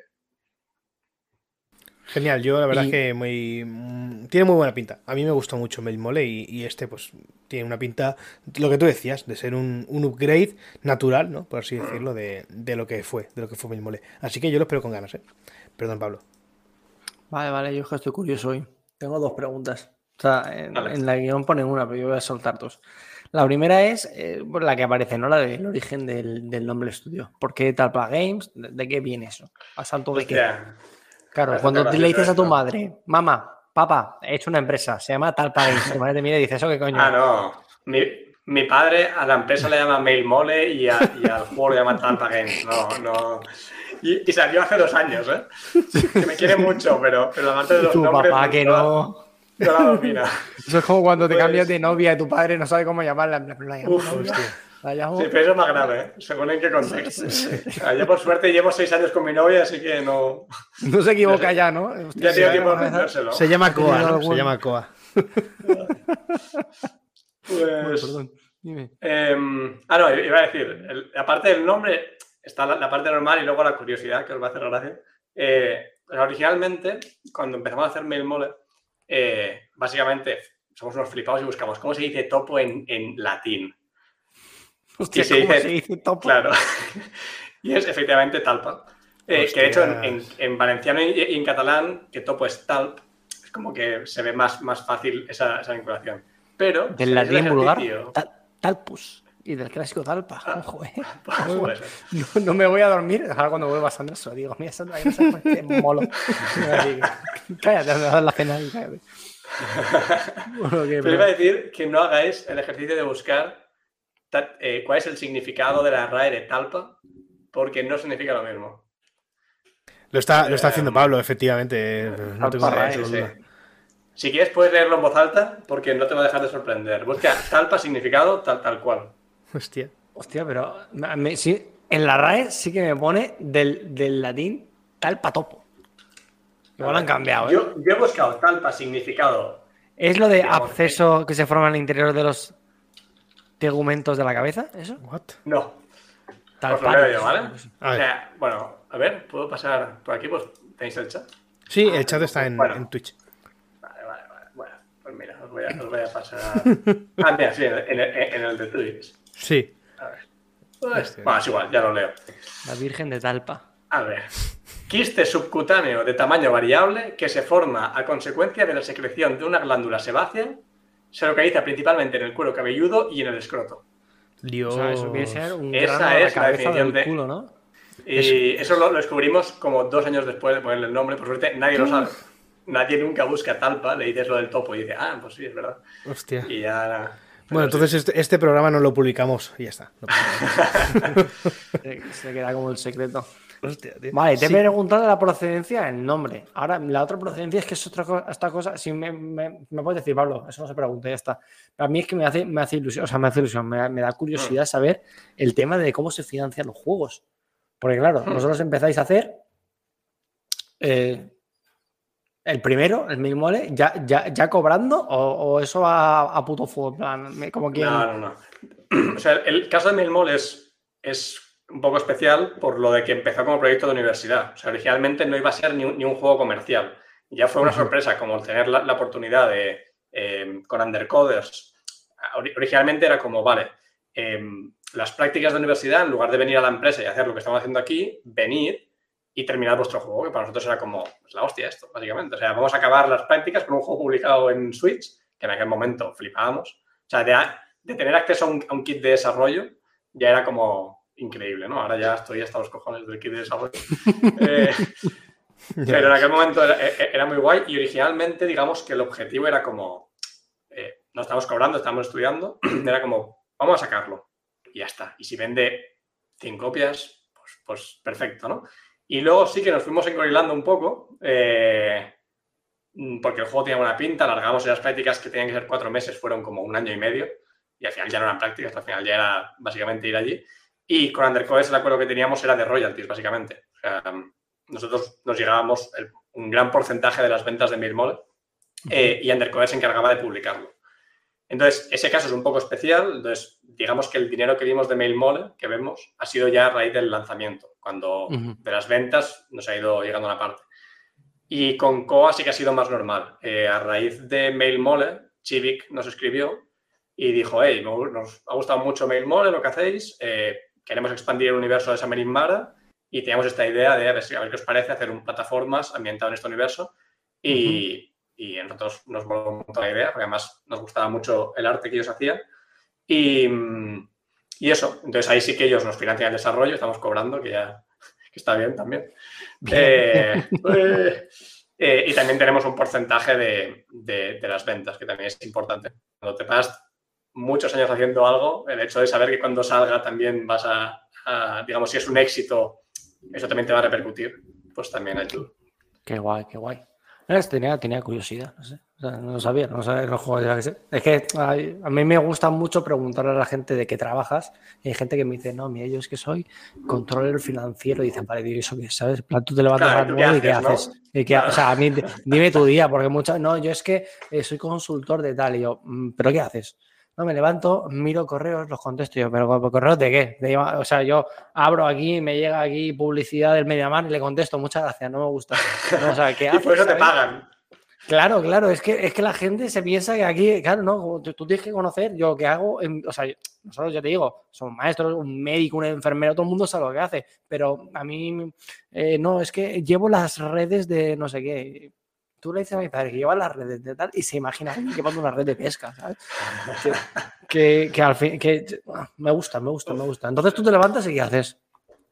Genial, yo la verdad y... es que muy tiene muy buena pinta. A mí me gustó mucho Mail Mole y, y este pues tiene una pinta, lo que tú decías, de ser un, un upgrade natural, ¿no? Por así decirlo, de, de lo que fue, de lo que fue Mail Mole. Así que yo lo espero con ganas, ¿eh? Perdón, Pablo. Vale, vale, yo es que estoy curioso hoy. Tengo dos preguntas. O sea, en, vale. en la guión ponen una, pero yo voy a soltar dos. La primera es eh, la que aparece, ¿no? La del origen del, del nombre estudio. ¿Por qué Talpa Games? ¿De, de qué viene eso? ¿A salto de qué? Claro, Parece cuando le dices a tu esto. madre, mamá, papá, he hecho una empresa, se llama Talpa Games, tu madre te mira y dice, ¿eso qué coño? Ah, no. Mi, mi padre a la empresa le llama Mail Mole y, a, y al juego le llama Talpa Games. No, no. Y, y salió hace dos años, ¿eh? Que me quiere mucho, pero, pero la parte de los Tu nombres... papá que no... No la domina. Eso es como cuando te Pues... cambias de novia y tu padre no sabe cómo llamarla. La llamo, Uf, novia, la llamo... Sí, pero eso es más grave, ¿eh? Según en qué contexto. Yo por suerte llevo seis años con mi novia, así que no... No se equivoca ya, ¿no? Ya tengo tiempo de aprendérselo. Se llama Koa, ¿no? Se llama Koa. Pues... Perdón, dime. Eh, ah, no, iba a decir, el, aparte del nombre, está la, la parte normal y luego la curiosidad, que os va a hacer gracia. Eh, originalmente, cuando empezamos a hacer Mail Mole, eh, básicamente somos unos flipados y buscamos cómo se dice topo en, en latín. Hostia, y se ¿cómo dice, se dice topo? Claro. Y es efectivamente talpa. Eh, que de hecho en, en, en valenciano y, y en catalán, que topo es talp, es como que se ve más, más fácil esa, esa vinculación. Pero... Del latín vulgar, tal, talpus. Y del clásico talpa. Ah, Ojo, eh. puede ser. No, no me voy a dormir. Ahora cuando vuelva a eso digo, mira, eso ahí no se puede molo. Cállate, me vas a dar la cena y cállate. Bueno, okay, pero iba a decir que no hagáis el ejercicio de buscar ta, eh, cuál es el significado de la R A E de talpa, porque no significa lo mismo. Lo está, lo está haciendo Pablo, efectivamente. No tengo talpa, sí, sí. Si quieres puedes leerlo en voz alta, porque no te va a dejar de sorprender. Busca talpa significado tal, tal cual. Hostia. Hostia, pero me, sí, en la R A E sí que me pone del, del latín talpa topo. Igual han cambiado, ¿eh? Yo, yo he buscado talpa significado. ¿Es lo de digamos, absceso que se forma en el interior de los tegumentos de la cabeza? ¿Eso? What? No. Talpa. Os lo leo yo, ¿vale? A O sea, bueno, a ver, ¿puedo pasar por aquí? Pues tenéis el chat. Sí, el chat está en, bueno. en Twitch. Vale, vale, vale. Bueno, pues mira, os voy a, os voy a pasar... Ah, mira, sí, en el, en el, en el de Twitch. Sí. A ver. Pues, bueno, es igual, ya lo leo. La Virgen de Talpa. A ver. quiste subcutáneo de tamaño variable que se forma a consecuencia de la secreción de una glándula sebácea. Se localiza principalmente en el cuero cabelludo y en el escroto. Dios. O sea, eso quiere ser un Esa grano a la es la cabeza definición del de- culo, ¿no? Y eso lo, lo descubrimos como dos años después de ponerle el nombre. Por suerte, nadie lo sabe. Nadie nunca busca talpa, le dices lo del topo y dice, ah, pues sí, es verdad. Hostia. Y ya... Bueno, pero entonces este, este programa no lo publicamos y ya está. No pasa nada. Se, se queda como el secreto. Hostia, tío. Vale, te he Sí. preguntado la procedencia, el nombre. Ahora, la otra procedencia es que es otra cosa, esta cosa. Si me, me, me puedes decir, Pablo, eso no se pregunta, ya está. Para mí es que me hace, me hace ilusión, o sea, me hace ilusión, me, me da curiosidad saber el tema de cómo se financian los juegos. Porque, claro, vosotros empezáis a hacer eh, el primero, el Mil Mole, ya, ya, ya cobrando o, o eso a, a puto fuego, en plan, me- como quien. No, no, no. O sea, el caso de Milmol es, es un poco especial por lo de que empezó como proyecto de universidad. O sea, originalmente no iba a ser ni un, ni un juego comercial. Ya fue una sorpresa como tener la, la oportunidad de, eh, con Undercoders. Ori- Originalmente era como, vale, eh, las prácticas de universidad, en lugar de venir a la empresa y hacer lo que estamos haciendo aquí, venid y terminar vuestro juego, que para nosotros era como, pues la hostia esto, básicamente. O sea, vamos a acabar las prácticas con un juego publicado en Switch, que en aquel momento flipábamos. O sea, de, de tener acceso a un, a un kit de desarrollo ya era como increíble, ¿no? Ahora ya estoy hasta los cojones del kit de desarrollo. eh, pero en aquel momento era, era muy guay y originalmente, digamos que el objetivo era como, eh, no estamos cobrando, estamos estudiando, era como, vamos a sacarlo y ya está. Y si vende cien copias, pues, pues perfecto, ¿no? Y luego sí que nos fuimos engorilando un poco, eh, porque el juego tenía buena pinta, alargamos las prácticas que tenían que ser cuatro meses, fueron como un año y medio, y al final ya no eran prácticas, al final ya era básicamente ir allí. Y con Undercodes el acuerdo que teníamos era de royalties, básicamente. O sea, nosotros nos llegábamos el, un gran porcentaje de las ventas de Milmole eh, y Undercodes se encargaba de publicarlo. Entonces, ese caso es un poco especial. Entonces, digamos que el dinero que vimos de Milmole, que vemos, ha sido ya a raíz del lanzamiento, cuando Uh-huh. de las ventas nos ha ido llegando una parte. Y con Koa sí que ha sido más normal. Eh, a raíz de Milmole, Chivik nos escribió y dijo, hey, nos ha gustado mucho Milmole, lo que hacéis, eh, queremos expandir el universo de Summoning Mara y teníamos esta idea de a ver, a ver qué os parece hacer un plataformas ambientado en este universo y... Uh-huh. Y a nosotros nos moló un montón la idea, porque además nos gustaba mucho el arte que ellos hacían. Y, y eso, entonces ahí sí que ellos nos financian el desarrollo, estamos cobrando, que ya que está bien también. Bien. Eh, eh, eh, y también tenemos un porcentaje de, de, de las ventas, que también es importante. Cuando te pasas muchos años haciendo algo, el hecho de saber que cuando salga también vas a, a digamos, si es un éxito, eso también te va a repercutir, pues también ayuda. Qué guay, qué guay. Tenía, tenía curiosidad, no sé, o sea, no lo sabía, no sabía los juegos. Es que ay, a mí me gusta mucho preguntarle a la gente de qué trabajas. Y hay gente que me dice, no, mira, yo es que soy controller financiero. Y dicen, vale, ¿y eso qué sabes? En plan, tú te levantas claro, a las nueve y qué haces. ¿No? ¿Y qué, claro. O sea, a mí, dime tu día, porque muchas, no, yo es que eh, soy consultor de tal. Y yo, ¿pero qué haces? No, me levanto, miro correos, los contesto yo, pero ¿correos de qué? De, o sea, yo abro aquí, me llega aquí publicidad del Mediamar y le contesto, muchas gracias, no me gusta. No, o sea, ¿qué haces? Y por eso te ¿sabes? pagan. Claro, claro, es que, es que la gente se piensa que aquí, claro, no, tú, tú tienes que conocer yo lo que hago, en, o sea, nosotros ya te digo, somos maestros, un médico, un enfermero, todo el mundo sabe lo que hace, pero a mí, eh, no, es que llevo las redes de no sé qué. Tú le dices a mi padre que lleva las redes de tal y se imagina llevando una red de pesca, ¿sabes? Que, que, que al fin, que me gusta, me gusta, me gusta. Entonces tú te levantas y ¿qué haces?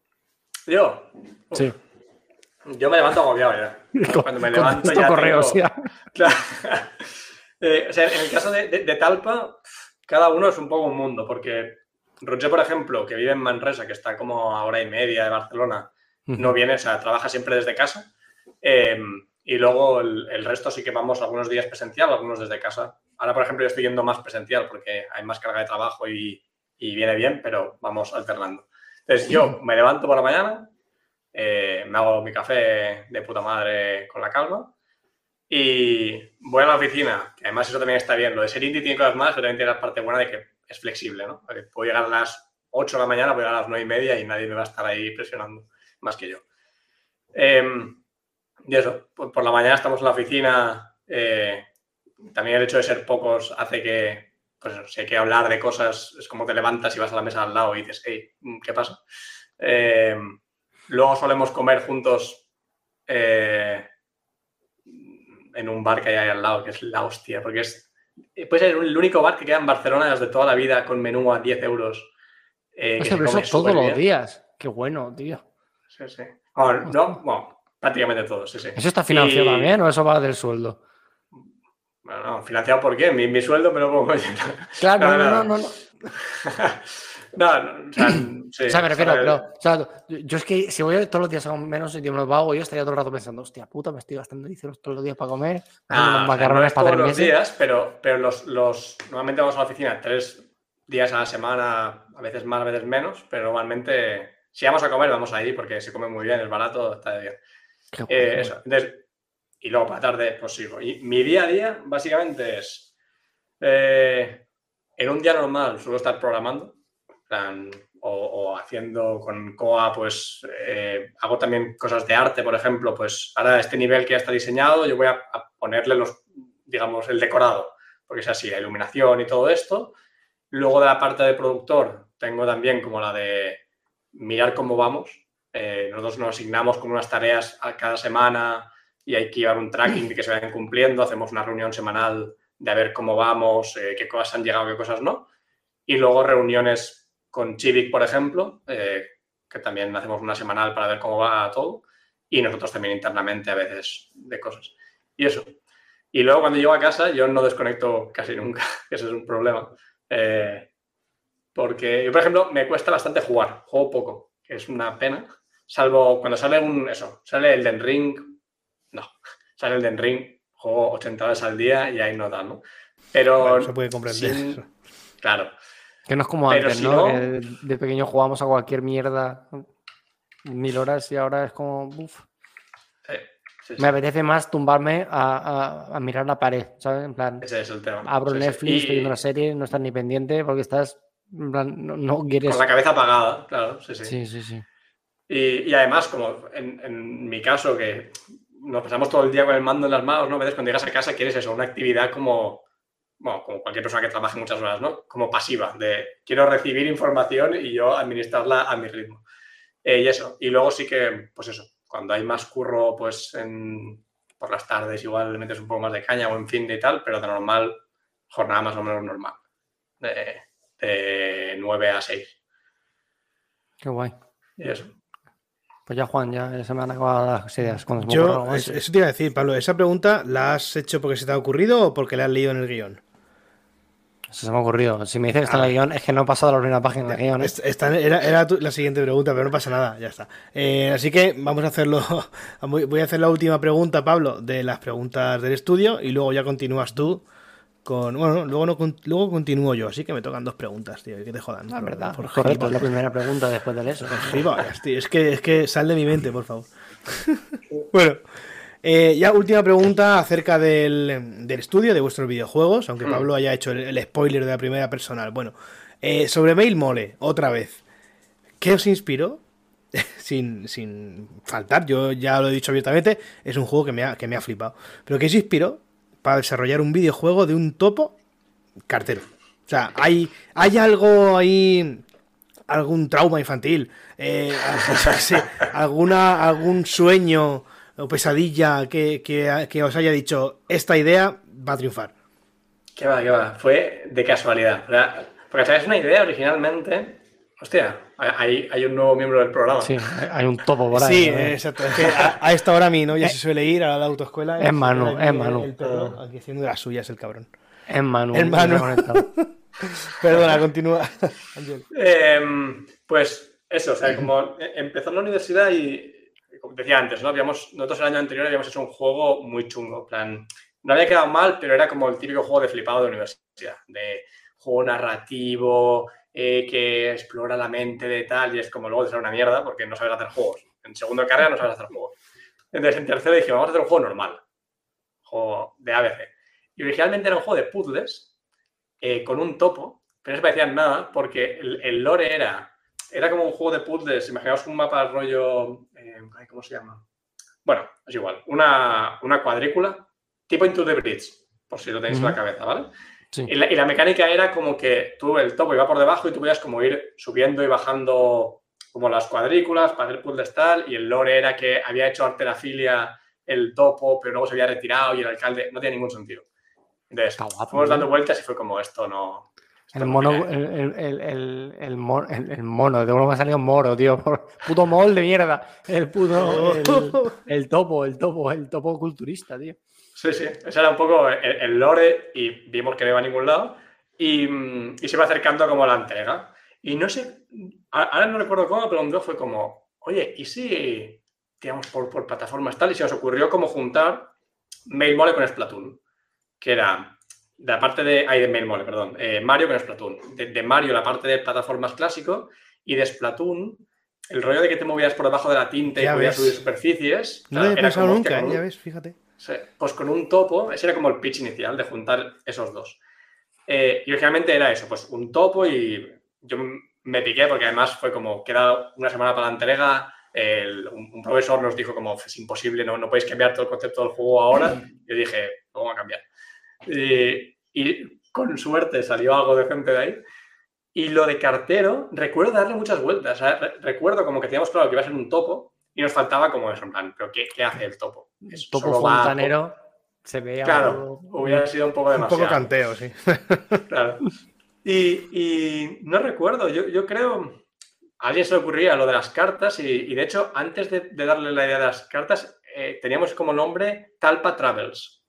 ¿Yo? Uf. Sí. Yo me levanto agobiado ya. Cuando me levanto ya correos, tengo... ya. Claro. eh, o sea, en el caso de, de, de Talpa, cada uno es un poco un mundo, porque Roger, por ejemplo, que vive en Manresa, que está como a hora y media de Barcelona, uh-huh. no viene, o sea, trabaja siempre desde casa. Eh, y luego el, el resto sí que vamos algunos días presencial, algunos desde casa. Ahora, por ejemplo, yo estoy yendo más presencial porque hay más carga de trabajo y, y viene bien, pero vamos alternando. Entonces, yo me levanto por la mañana, eh, me hago mi café de puta madre con la calma y voy a la oficina, que además eso también está bien. Lo de ser indie tiene cosas más, pero también tiene la parte buena de que es flexible, ¿no? Porque puedo llegar a las ocho de la mañana, puedo llegar a las nueve y media y nadie me va a estar ahí presionando más que yo. Eh, Y eso, pues por la mañana estamos en la oficina, eh, también el hecho de ser pocos hace que, pues si hay que hablar de cosas, es como te levantas y vas a la mesa al lado y dices, hey, ¿qué pasa? Eh, luego solemos comer juntos eh, en un bar que hay ahí al lado, que es la hostia, porque es puede ser el único bar que queda en Barcelona desde toda la vida con menú a diez euros. Eh, O que sea, se pero come eso todos súper los bien. días. Qué bueno, tío. Sí, sí. Bueno, no, bueno, prácticamente todos, sí, sí. ¿Eso está financiado Y- también o eso va del sueldo? Bueno, no, ¿financiado por qué? Mi, mi sueldo me lo pongo yo. Claro, no, no, no, no. no. no, no, o sea, sí, O sea, me refiero, ¿sabes? pero, o sea, yo, yo es que si voy todos los días a menos y me lo pago, yo estaría todo el rato pensando, hostia puta, me estoy gastando diez euros todos los días para comer, haciendo Ah, unos o sea, no macarrones es para todos tres los meses. días, pero, pero los, los normalmente vamos a la oficina tres días a la semana, a veces más, a veces menos, pero normalmente si vamos a comer vamos ahí porque se come muy bien, es barato, está bien. Qué guay, Eh, qué eso. guay. Entonces, y luego para tarde, pues sigo. Y mi día a día, básicamente, es. eh, en un día normal suelo estar programando, en plan, o, o haciendo con Coa, pues eh, hago también cosas de arte, por ejemplo. Pues ahora este nivel que ya está diseñado, yo voy a, a ponerle los, digamos, el decorado, porque es así, la iluminación y todo esto. Luego de la parte de productor, tengo también como la de mirar cómo vamos. Eh, nosotros nos asignamos como unas tareas a cada semana y hay que llevar un tracking de que se vayan cumpliendo. Hacemos una reunión semanal de a ver cómo vamos, eh, qué cosas han llegado, qué cosas no. Y luego reuniones con Civic, por ejemplo, eh, que también hacemos una semanal para ver cómo va todo. Y nosotros también internamente a veces de cosas. Y eso. Y luego cuando llego a casa yo no desconecto casi nunca, que ese es un problema. Eh, porque yo, por ejemplo, me cuesta bastante jugar. Juego poco, que es una pena. Salvo cuando sale un... Eso, sale el Elden Ring. No, sale el Elden Ring. Juego ochenta horas al día y ahí no da, ¿no? Pero... Bueno, se puede comprender sin- eso. Claro. Que no es como Pero antes, si ¿no? no- Que de, de pequeño jugábamos a cualquier mierda mil horas y ahora es como, uf. Sí, sí, sí. Me apetece más tumbarme a, a- a mirar la pared, ¿sabes? En plan, Ese es el tema. abro Sí, sí. Netflix, Y estoy viendo una serie, no estás ni pendiente porque estás, en plan, no, no quieres... con la cabeza apagada, claro, sí, sí. Sí, sí, sí. Y, y además, como en, en mi caso, que nos pasamos todo el día con el mando en las manos, ¿no? A veces cuando llegas a casa quieres eso, una actividad como, bueno, como cualquier persona que trabaje muchas horas, ¿no? Como pasiva, de quiero recibir información y yo administrarla a mi ritmo. Eh, y eso. Y luego sí que, pues eso, cuando hay más curro, pues en, por las tardes igual le metes un poco más de caña o en fin de y tal, pero de normal, jornada más o menos normal. De, de nueve a seis. Qué guay. Y eso. Pues ya, Juan, ya se me han acabado las ideas. Cuando se me ocurra algo Yo, más. es- eso te iba a decir, Pablo, ¿esa pregunta la has hecho porque se te ha ocurrido o porque la has leído en el guión? Eso se me ha ocurrido. Si me dices que está en Ah. el guión, es que no he pasado la primera página del guión. ¿eh? Es- esta- era era tu- la siguiente pregunta, pero no pasa nada, ya está. Eh, así que vamos a hacerlo. Voy voy a hacer la última pregunta, Pablo, de las preguntas del estudio y luego ya continúas tú con. Bueno, luego, no, con- luego continúo yo, así que me tocan dos preguntas, tío, que te jodan. Ah, por- verdad. por Correcto, es la gilipollas. primera pregunta después del eso. Gilipollas, tío, es que, es que sal de mi mente, por favor. Bueno, eh, ya última pregunta acerca del, del estudio de vuestros videojuegos, aunque Pablo haya hecho el, el spoiler de la primera personal. Bueno, eh, sobre Mail Mole, otra vez. ¿Qué os inspiró? sin, sin faltar, yo ya lo he dicho abiertamente, es un juego que me ha, que me ha flipado. Pero ¿qué os inspiró para desarrollar un videojuego de un topo cartero? O sea, ¿hay, hay algo ahí, algún trauma infantil, eh, yo qué sé, alguna, algún sueño o pesadilla que, que, que os haya dicho, esta idea va a triunfar? ¿Qué va, qué va? Fue de casualidad. O sea, porque sabes una idea originalmente. Hostia, hay, hay un nuevo miembro del programa. Sí, hay un topo por ahí. Sí, ¿no? eh, exacto. Es que a, a esta hora a mí, ¿no? Ya se suele ir a la autoescuela. y Es se Manu, queda aquí es el- Manu. El perro, aquí haciendo las suyas, el cabrón. Es Manu. Es Manu. se ha conectado. Perdona, continúa. Ángel. Eh, pues eso, o sea, como empezó en la universidad y, como decía antes, ¿no? Habíamos, nosotros el año anterior habíamos hecho un juego muy chungo. En plan, no había quedado mal, pero era como el típico juego de flipado de universidad. De juego narrativo, eh, que explora la mente de tal, y es como luego de ser una mierda porque no sabes hacer juegos. En segundo de carrera no sabes hacer juegos. Entonces en tercero dije, vamos a hacer un juego normal. Juego de A B C. Y originalmente era un juego de puzzles eh, con un topo, pero no se parecían nada porque el, el lore era, era como un juego de puzzles. Imaginaos un mapa rollo... Eh, ¿Cómo se llama? Bueno, es igual. Una, una cuadrícula tipo Into the Bridge, por si lo tenéis en la Ujú. cabeza, ¿vale? Sí. Y la, y la mecánica era como que tú, el topo iba por debajo y tú podías como ir subiendo y bajando como las cuadrículas para hacer puzzles tal, y el lore era que había hecho arterafilia el topo, pero luego se había retirado y el alcalde... No tiene ningún sentido. Entonces, Está guapo, fuimos ¿no? dando vueltas y fue como, esto no... esto El no mono, me cae. el, el, el, el, el, mon- el, el mono, de uno me ha salido moro, tío. Puto mol de mierda. El puto. El, el topo, el topo, el topo culturista, tío. Sí, sí, ese era un poco el, el lore y vimos que no iba a ningún lado y, mm, y se iba acercando como la entrega. Y no sé, a- ahora no recuerdo cómo, pero un día fue como, oye, ¿y si, digamos, por, por plataformas tal? Y se nos ocurrió como juntar Mailmole con Splatoon, que era de la parte de, ay, de Mailmole, perdón, eh, Mario con Splatoon. De, de Mario la parte de plataformas clásico y de Splatoon el rollo de que te movías por debajo de la tinta Ya y podías ves. subir superficies. No lo he era pensado como, hostia, nunca, con ¿eh? un- Ya ves, fíjate. Sí, pues con un topo, ese era como el pitch inicial de juntar esos dos. Eh, y originalmente era eso, pues un topo y yo m- me piqué porque además fue como, queda una semana para la entrega, el- un, un profesor nos dijo como, es imposible, no, no podéis cambiar todo el concepto del juego ahora. Yo dije, lo vamos a cambiar. Y, y con suerte salió algo decente de ahí. Y lo de cartero, recuerdo darle muchas vueltas. O sea, re- recuerdo como que teníamos claro que iba a ser un topo y nos faltaba como eso, en plan, ¿pero qué, qué hace el topo? Es- Topo solo va- fontanero. Se veía. Claro, hubiera sido un poco Un demasiado. poco canteo, sí. Claro. Y, y no recuerdo, yo, yo creo, a alguien se le ocurría lo de las cartas y, y de hecho, antes de, de darle la idea de las cartas, eh, teníamos como nombre Talpa Travels,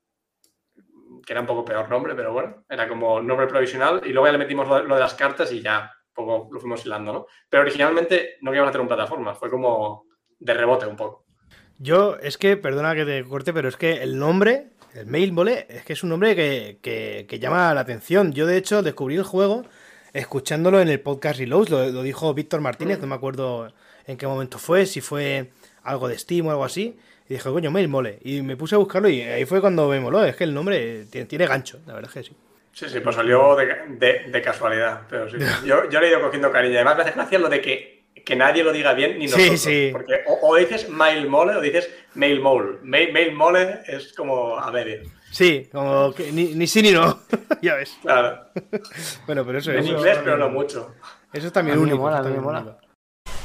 que era un poco peor nombre, pero bueno, era como nombre provisional y luego ya le metimos lo, lo de las cartas y ya un poco lo fuimos hilando, ¿no? Pero originalmente no queríamos hacer un plataforma, fue como de rebote un poco. Yo, es que, perdona que te corte, pero es que el nombre, el Mailmole, es que es un nombre que, que, que llama la atención. Yo, de hecho, descubrí el juego escuchándolo en el podcast Reload, lo, lo dijo Víctor Martínez, no me acuerdo en qué momento fue, si fue algo de Steam o algo así. Y dije, coño, Mailmole. Y me puse a buscarlo y ahí fue cuando me moló. Es que el nombre tiene, tiene gancho, la verdad es que sí. Sí, sí, pues salió de, de, de casualidad, pero sí. Yo, yo le he ido cogiendo cariño. Además me hace gracia lo de que, que nadie lo diga bien ni Sí, nosotros. sí. Porque o, o dices Mailmole o dices Mailmole. Mail, Mailmole es como a medio. Sí, como que ni, ni sí ni no. Ya ves. Claro. Bueno, pero eso En es. inglés, pero no mucho. Eso es también A mí me único. mola, eso a mí me también mola. único.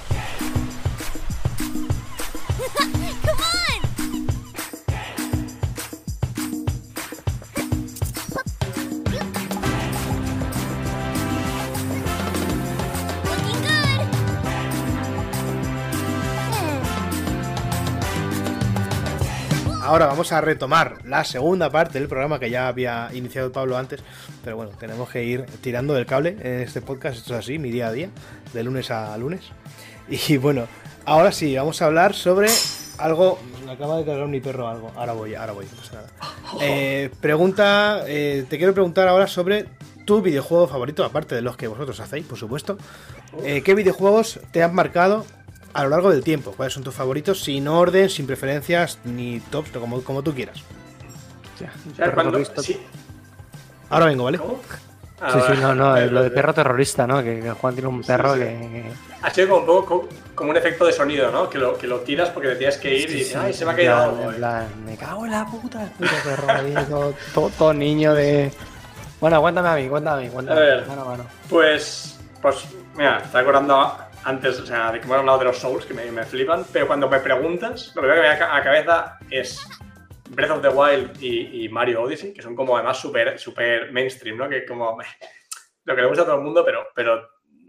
Ahora vamos a retomar la segunda parte del programa que ya había iniciado Pablo antes, pero bueno, tenemos que ir tirando del cable en este podcast, esto es así, mi día a día, de lunes a lunes. Y bueno, ahora sí, vamos a hablar sobre algo... Me acaba de cargar mi perro algo, ahora voy, ahora voy, no pasa nada. Eh, pregunta, eh, te quiero preguntar ahora sobre tu videojuego favorito, aparte de los que vosotros hacéis, por supuesto. Eh, ¿Qué videojuegos te han marcado a lo largo del tiempo? ¿Cuáles son tus favoritos? Sin orden, sin preferencias, ni tops, como, como tú quieras. O sea, cuando, sí. Ahora vengo, ¿vale? ¿Cómo? Ah, Sí, sí, vale. no, no, Vale, lo de vale. perro terrorista, ¿no? Que, que Juan tiene un perro sí. que... Ha sido como un poco co- como un efecto de sonido, ¿no? Que lo, que lo tiras porque te tienes que ir y dices, ay, se me ha caído en algo. plan, en plan, me cago en la puta, el puto perro ahí, todo, todo, todo niño de... Bueno, cuéntame a mí, cuéntame a mí, cuéntame. A ver. Mano a mano. Pues, pues, mira, estaba acordando antes, o sea, de que hemos hablado de los Souls, que me, me flipan, pero cuando me preguntas, lo primero que me viene a la cabeza es Breath of the Wild y, y Mario Odyssey, que son como además súper super mainstream, ¿no? Que como lo que le gusta a todo el mundo, pero... pero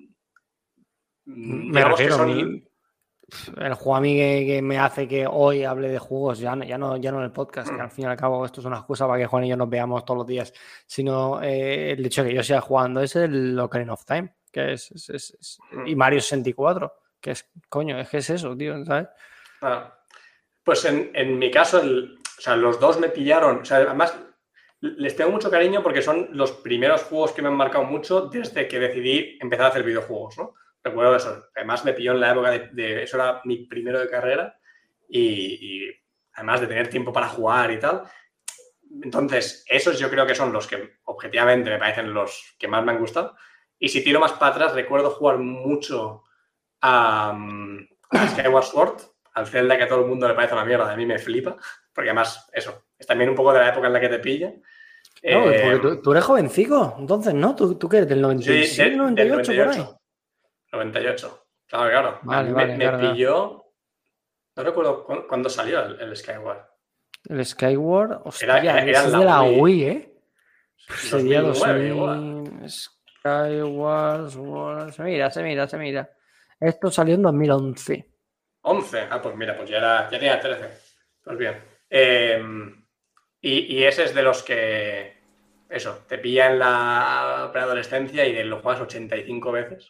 Me digamos que refiero, son- mi- el juego a mí que, que me hace que hoy hable de juegos, ya, no- ya, no, ya no en el podcast, Mm. que al fin y al cabo esto es una excusa para que Juan y yo nos veamos todos los días, sino eh, el hecho de que yo siga jugando es el Ocarina of Time, que es, es- es- es- Mm. y Mario sesenta y cuatro, que es, coño, es que es eso, tío, ¿sabes? Ah, pues en, en mi caso, el- o sea, los dos me pillaron. O sea, además, les tengo mucho cariño porque son los primeros juegos que me han marcado mucho desde que decidí empezar a hacer videojuegos, ¿no? Recuerdo eso. Además, me pilló en la época de, de- eso era mi primero de carrera y, y además de tener tiempo para jugar y tal. Entonces, esos yo creo que son los que objetivamente me parecen los que más me han gustado. Y si tiro más para atrás, recuerdo jugar mucho a, um, a Skyward Sword, al Zelda que a todo el mundo le parece una mierda, a mí me flipa, porque además, eso, es también un poco de la época en la que te pilla. No, Eh, porque tú, tú eres jovencico, entonces, ¿no? ¿Tú, tú qué eres? ¿Del noventa y sí, siete, de- noventa y del ocho por ahí? noventa y ocho. Claro, claro. Vale, me, vale, me claro, pilló. No recuerdo cu- cuándo salió el, el Skyward. El Skyward, hostia, Era- era- era ese es la de la Wii. Wii, ¿eh? Pues sería dos mil nueve igual. dos mil. Skyward Sword. Se mira, se mira, se mira. Esto salió en dos mil once. once. Ah, pues mira, pues ya, era, ya tenía trece. Pues bien. Eh, y, y ese es de los que. Eso, te pilla en la preadolescencia y lo juegas ochenta y cinco veces.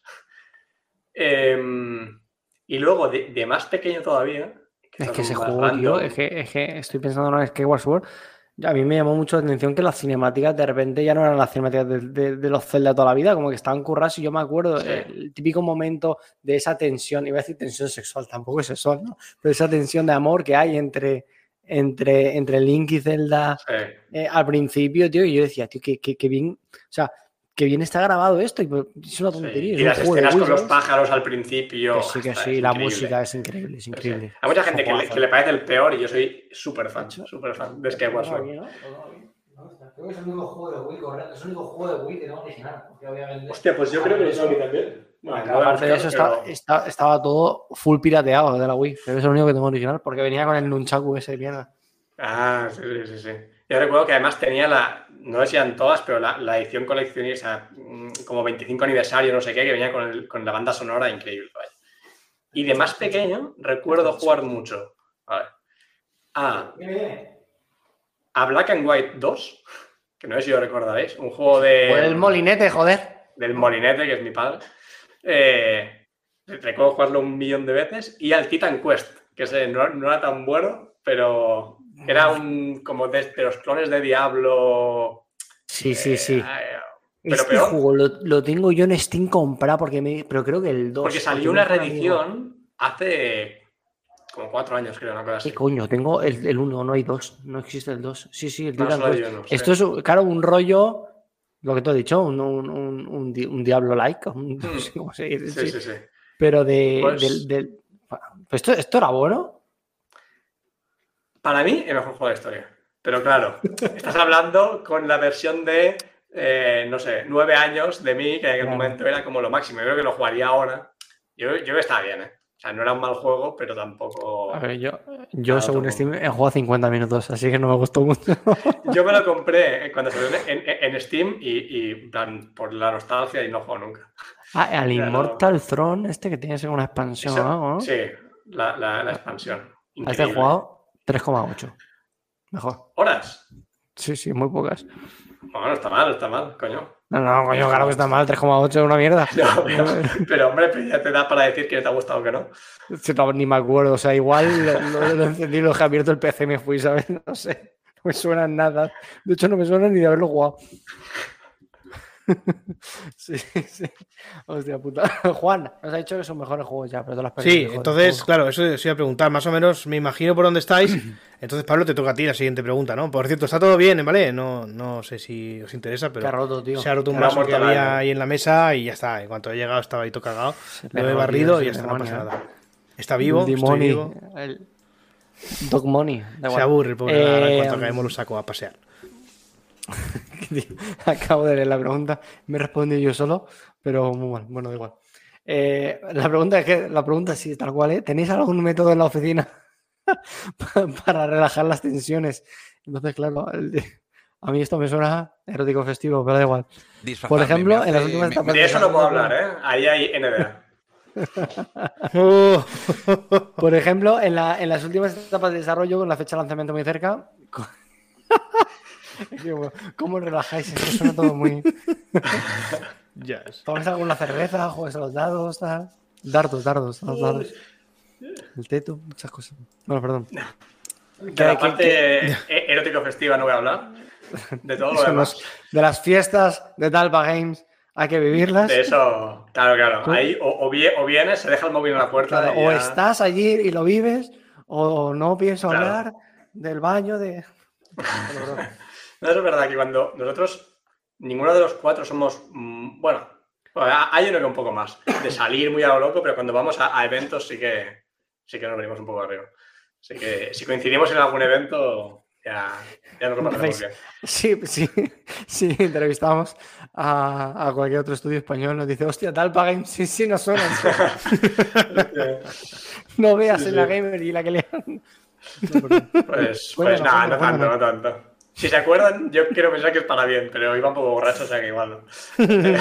Eh, y luego, de, de más pequeño todavía. Es que son ese más juego, random, tío, es que, es que estoy pensando en Skyward Sword. A mí me llamó mucho la atención que las cinemáticas de repente ya no eran las cinemáticas de, de- de los Zelda de toda la vida, como que estaban curradas y yo me acuerdo Sí. el típico momento de esa tensión, iba a decir tensión sexual, tampoco es sexual, ¿no? Pero esa tensión de amor que hay entre, entre, entre Link y Zelda Sí. eh, al principio, tío, y yo decía, tío, que, que, que bien, o sea, que bien está grabado esto, y pues, es una Sí. tontería. es Y un las juego de escenas Wii, con los ¿sabes? pájaros al principio. Que sí, que está- sí, es la increíble. música es increíble, es Sí, sí. increíble. Hay mucha gente que le, Juegazo. que le parece el peor y yo soy súper fan, De hecho, súper fan de Skyward Sword. Creo que es el único juego de Wii, correcto. Es el único juego de Wii que no original. Porque obviamente. Hostia, pues yo creo que lo tengo aquí también. Bueno, acabo de Aparte de eso, buscar, está- pero- está- estaba todo full pirateado de la Wii. Pero es el único que tengo original porque venía con el Nunchaku ese de mierda. Ah, sí, sí, sí, sí. Yo recuerdo que además tenía la, no sé si eran todas, pero la, la edición coleccionista, mm, como veinticinco aniversario, no sé qué, que venía con, el- con la banda sonora increíble. Vaya. Y de más pequeño, recuerdo jugar mucho. A ver. A, a Black and White dos, que no sé si lo recordaréis, un juego de, Por el molinete, joder. del Molinete, que es mi padre. Eh, recuerdo jugarlo un millón de veces. Y al Titan Quest, que ese no, no era tan bueno, pero era un como de, de los clones de Diablo. Sí, sí, eh, sí. eh, pero Este peor, juego lo, lo tengo yo en Steam comprado porque me. Pero creo que el dos. porque salió una reedición hace como cuatro años, creo, una cosa así. ¿Qué coño? Tengo el, el uno, no hay dos. No existe el dos. Sí, sí, el No, Titan solo hay Quest. uno, sí. Esto es, claro, un rollo. Lo que te he dicho, un, un, un, un di- un Diablo-like. un- No Mm. sé cómo se dice. Sí, sí. sí, sí. Pero de. Pues- del, del- ¿Esto, ¿Esto era bueno? Para mí, el mejor juego de la historia. Pero claro, estás hablando con la versión de, eh, no sé, nueve años de mí, que en aquel Claro. momento era como lo máximo. Yo creo que lo jugaría ahora. Yo, yo creo que está bien, ¿eh? O sea, no era un mal juego, pero tampoco... A ver, yo, yo Ah, según tampoco. Steam he jugado cincuenta minutos, así que no me gustó mucho. Yo me lo compré cuando salió en, en- en Steam y, y, en plan, por la nostalgia y no juego nunca. Ah, al Ya, no. Immortal Throne, este que tiene que ser una expansión Eso- o algo, ¿no? Sí, la, la- la expansión. A este he Increíble. jugado tres coma ocho. Mejor. ¿Horas? Sí, sí, muy pocas. Bueno, no está mal, no está mal, coño. No, no, coño, claro que está mal, tres coma ocho es una mierda. No, pero, pero, hombre, pero ya te da para decir que te ha gustado o que no. Sí, no, ni me acuerdo, o sea, igual lo, lo- lo encendí, lo he abierto el P C y me fui, ¿sabes? No sé, no me suena nada. De hecho, no me suena ni de haberlo jugado. Sí, sí. Hostia puta. Juan, nos ha dicho que son mejores juegos ya, pero todas las Sí, personas mejores entonces, juegos. claro, eso os iba a preguntar. Más o menos me imagino por dónde estáis. Entonces, Pablo, te toca a ti la siguiente pregunta, ¿no? Por cierto, está todo bien, ¿vale? No, no sé si os interesa, pero Que ha roto, tío. se ha roto un Que ha vaso muerto que había nadie. ahí en la mesa y ya está. En cuanto he llegado estaba ahí todo cagado. le Lo he ha barrido roto y ya ese está, no pasa demonio, nada. Está vivo, El estoy Dimoni, vivo. el Dog Money. da Se igual. aburre el pobre. Lara, en Eh, cuanto acabemos lo saco a pasear. Acabo de leer la pregunta, me he respondido yo solo, pero muy mal. Bueno, da igual. Eh, la pregunta es que, la pregunta sí, tal cual, ¿eh? ¿Tenéis algún método en la oficina pa- para relajar las tensiones? Entonces, claro, el de- a mí esto me suena erótico festivo, pero da igual. Por ejemplo, en las últimas etapas De eso no puedo desarrollo- hablar, ¿eh? Ahí hay N D A. Oh. Por ejemplo, en, la- en las últimas etapas de desarrollo, con la fecha de lanzamiento muy cerca. co- ¿Cómo relajáis? Esto suena todo muy. Yes. ¿Tomáis alguna cerveza? ¿Juegas a los dados? Tal? Dardos, dardos, a los dados. El teto, muchas cosas. Bueno, perdón. De la parte e- erótico festiva no voy a hablar. De todo lo Son demás. los- de las fiestas de Talpa Games hay que vivirlas. De eso, claro, claro. ¿Tú? Ahí o, o vie- o vienes, se deja el móvil en la puerta. Claro, y o ya- estás allí y lo vives, o no pienso Claro. hablar del baño de. Bueno, perdón. No, es verdad que cuando nosotros, ninguno de los cuatro somos, mm, bueno, bueno, hay uno que un poco más, de salir muy a lo loco, pero cuando vamos a, a eventos sí que, sí que nos venimos un poco arriba. Así que si coincidimos en algún evento, ya, ya nos lo pasaremos bien. Sí, sí, sí, entrevistamos a, a cualquier otro estudio español, nos dice, hostia, tal para Game, sí, sí, nos suena. Sí. No veas Sí, en sí. la Gamer y la que le han... Pues, Bueno, pues nada, no, no tanto, no. no tanto. Si se acuerdan, yo quiero pensar que es para bien, pero iba un poco borracho, o sea que igual no. Eh,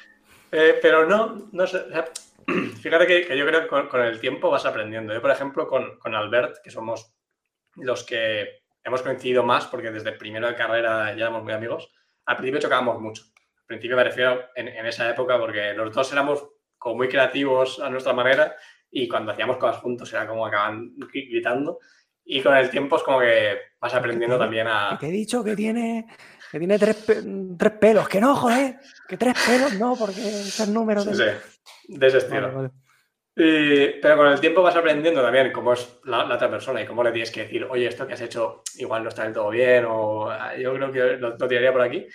eh, pero no, no sé. O sea, fíjate que, que yo creo que con, con el tiempo vas aprendiendo. Yo, por ejemplo, con, con Albert, que somos los que hemos coincidido más, porque desde primero de carrera ya éramos muy amigos, al principio chocábamos mucho. Al principio me refiero en, en esa época, porque los dos éramos como muy creativos a nuestra manera y cuando hacíamos cosas juntos era como acaban gritando. Y con el tiempo es como que vas aprendiendo ¿Qué te- también a... Que te he dicho que tiene, que tiene tres, pe- tres pelos, que no, joder, que tres pelos no, porque es el número Sí, de... sí, de ese estilo. Vale, vale. Y- pero con el tiempo vas aprendiendo también cómo es la, la otra persona y cómo le tienes que decir, oye, esto que has hecho igual no está del todo bien o "Ah, yo creo que lo, lo tiraría por aquí".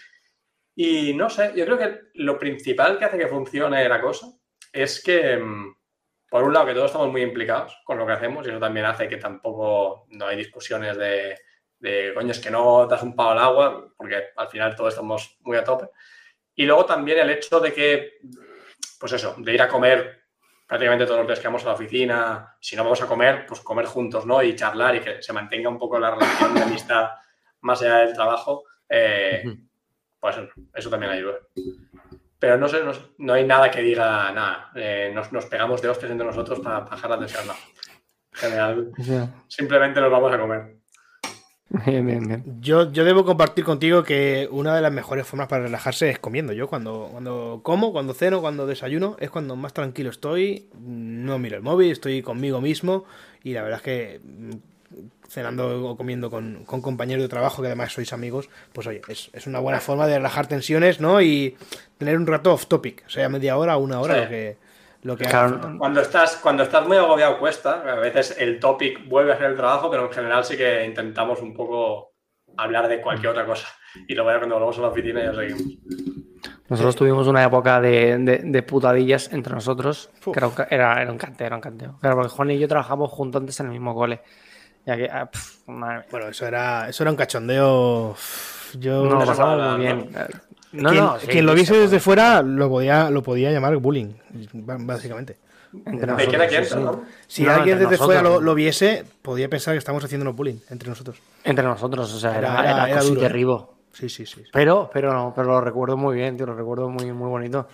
Y no sé, yo creo que lo principal que hace que funcione la cosa es que, mm, por un lado, que todos estamos muy implicados con lo que hacemos y eso también hace que tampoco no hay discusiones de, de coño, es que no das un palo al agua, porque al final todos estamos muy a tope. Y luego también el hecho de que, pues eso, de ir a comer prácticamente todos los días que vamos a la oficina, si no vamos a comer, pues comer juntos, ¿no? Y charlar y que se mantenga un poco la relación de amistad más allá del trabajo, eh, Ujú. pues eso, eso también ayuda. Pero no sé, no, sé, no hay nada que diga nada. Eh, nos, nos pegamos de hostias entre nosotros para bajar la tensión, no. En general, O sea, simplemente nos vamos a comer. bien, bien, bien. Yo, yo debo compartir contigo que una de las mejores formas para relajarse es comiendo. Yo cuando, cuando como, cuando ceno, cuando desayuno, es cuando más tranquilo estoy. No miro el móvil, estoy conmigo mismo. Y la verdad es que mm, cenando o comiendo con, con compañeros de trabajo, que además sois amigos, pues oye, es, es una buena forma de relajar tensiones, ¿no? Y tener un rato off topic, o sea, media hora o una hora, Sí. lo que, lo que Claro, haga falta. Cuando estás, cuando estás muy agobiado cuesta, a veces el topic vuelve a ser el trabajo, pero en general sí que intentamos un poco hablar de cualquier otra cosa. Y luego ya cuando volvemos a la oficina ya seguimos. Nosotros tuvimos una época de, de, de putadillas entre nosotros, Uf. que era un, ca- era, era un canteo, era un canteo. Claro, porque Juan y yo trabajamos juntos antes en el mismo cole. Ya que, ah, pf, madre mía. Bueno, eso era, eso era un cachondeo. Uf, Yo No, lo eso pasamos para muy nada, bien. No, quien, no, sí, quien lo sí, viese se desde puede. fuera lo podía, lo podía llamar bullying, básicamente. Entre ¿De quién a quién? sí, sí. perdón? Si No, alguien entre desde fuera lo, nosotros. lo viese, podía pensar que estamos haciéndonos bullying entre nosotros. Entre nosotros, o sea, Era- era, era- era, era cosí duro, ¿eh? terrible. Sí, sí, sí. Pero, pero no, pero lo recuerdo muy bien, tío, lo recuerdo muy, muy bonito.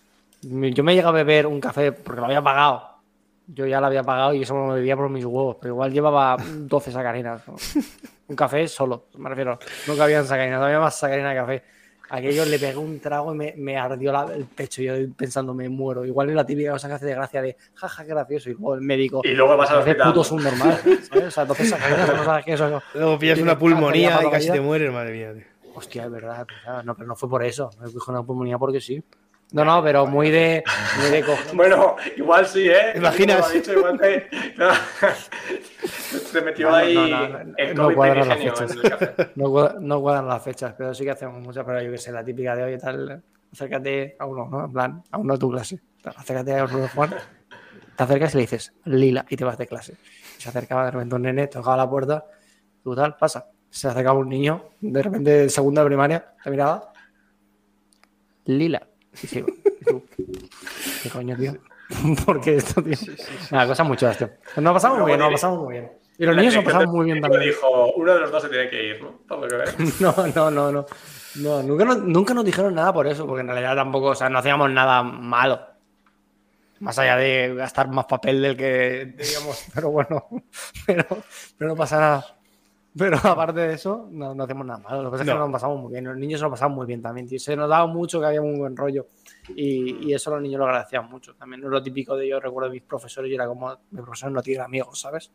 Yo me llegué a beber un café porque lo había pagado. Yo ya lo había pagado y eso me lo bebía por mis huevos, pero igual llevaba doce sacarinas, ¿no? Un café solo, me refiero. Nunca habían sacarinas, había más sacarina de café. Aquello le pegué un trago y me, me ardió la- el pecho. Yo pensando, me muero. Igual es la típica cosa que hace de gracia de jaja, qué gracioso. Y luego el médico. Y luego vas al "Parece hospital, puto ¿no? subnormal, ¿sabes? O sea, doce sacarinas, no sabes qué es eso. Luego pillas Tiene una pulmonía tanta y casi vida. te mueres, madre mía. Tío. Hostia, es verdad, es verdad. No, pero no fue por eso. Me dijo una pulmonía porque sí. No, no, pero muy de, muy de cojones. Bueno, igual sí, ¿eh? ¿Imaginas? Como ha dicho, igual te, no. Se metió No, ahí no, no, no, el no COVID cuadran las primigenio en fechas. el café. No, cua- no cuadran las fechas, pero sí que hacemos muchas, pero yo que sé, la típica de hoy y tal, acércate a uno, ¿no? En plan, a uno de tu clase. Acércate a uno de Juan, te acercas y le dices, Lila, y te vas de clase. Se acercaba de repente un nene, tocaba la puerta, tú tal, pasa. Se acercaba un niño, de repente de segunda de primaria, te miraba, Lila, y se iba. Y tú, ¿qué coño, tío? ¿Por qué esto, tío? Nada, cosas muy chulas, tío. Nos lo pasamos muy bien, nos lo pasamos muy bien. Y los La niños se lo dirección pasaban muy bien del también. dijo, uno de los dos se tiene que ir, ¿no? Por lo que veo. No, no, no, no. No, nunca, nos, nunca nos dijeron nada por eso, porque en realidad tampoco, o sea, no hacíamos nada malo. Más allá de gastar más papel del que digamos, pero bueno, pero, pero no pasa nada. Pero aparte de eso, no, no hacemos nada malo. Lo que pasa es que No. nos lo pasamos muy bien. Los niños se lo pasaban muy bien también, tío. Se nos daba mucho que había un buen rollo. Y, y eso los niños lo agradecían mucho. También no es lo típico de yo recuerdo de mis profesores y era como, mi profesor no tiene amigos, ¿sabes?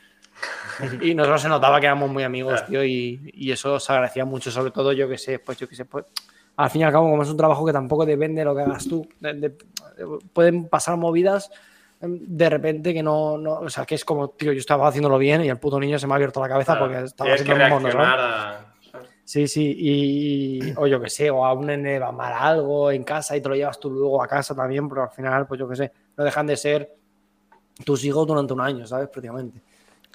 Y nosotros se notaba que éramos muy amigos, tío, y, y eso se agradecía mucho, sobre todo yo que sé, pues yo que sé, pues al fin y al cabo, como es un trabajo que tampoco depende de lo que hagas tú, de- de- pueden pasar movidas em, de repente que no, no, o sea, que es como, tío, yo estaba haciéndolo bien y el puto niño se me ha abierto la cabeza porque estaba Tienes que haciendo un mono, reaccionar ¿sabes? a... Sí, sí, y, o yo que sé, o a un nene le va mal algo en casa y te lo llevas tú luego a casa también, pero al final, pues yo que sé, no dejan de ser tus hijos durante un año, ¿sabes? Prácticamente.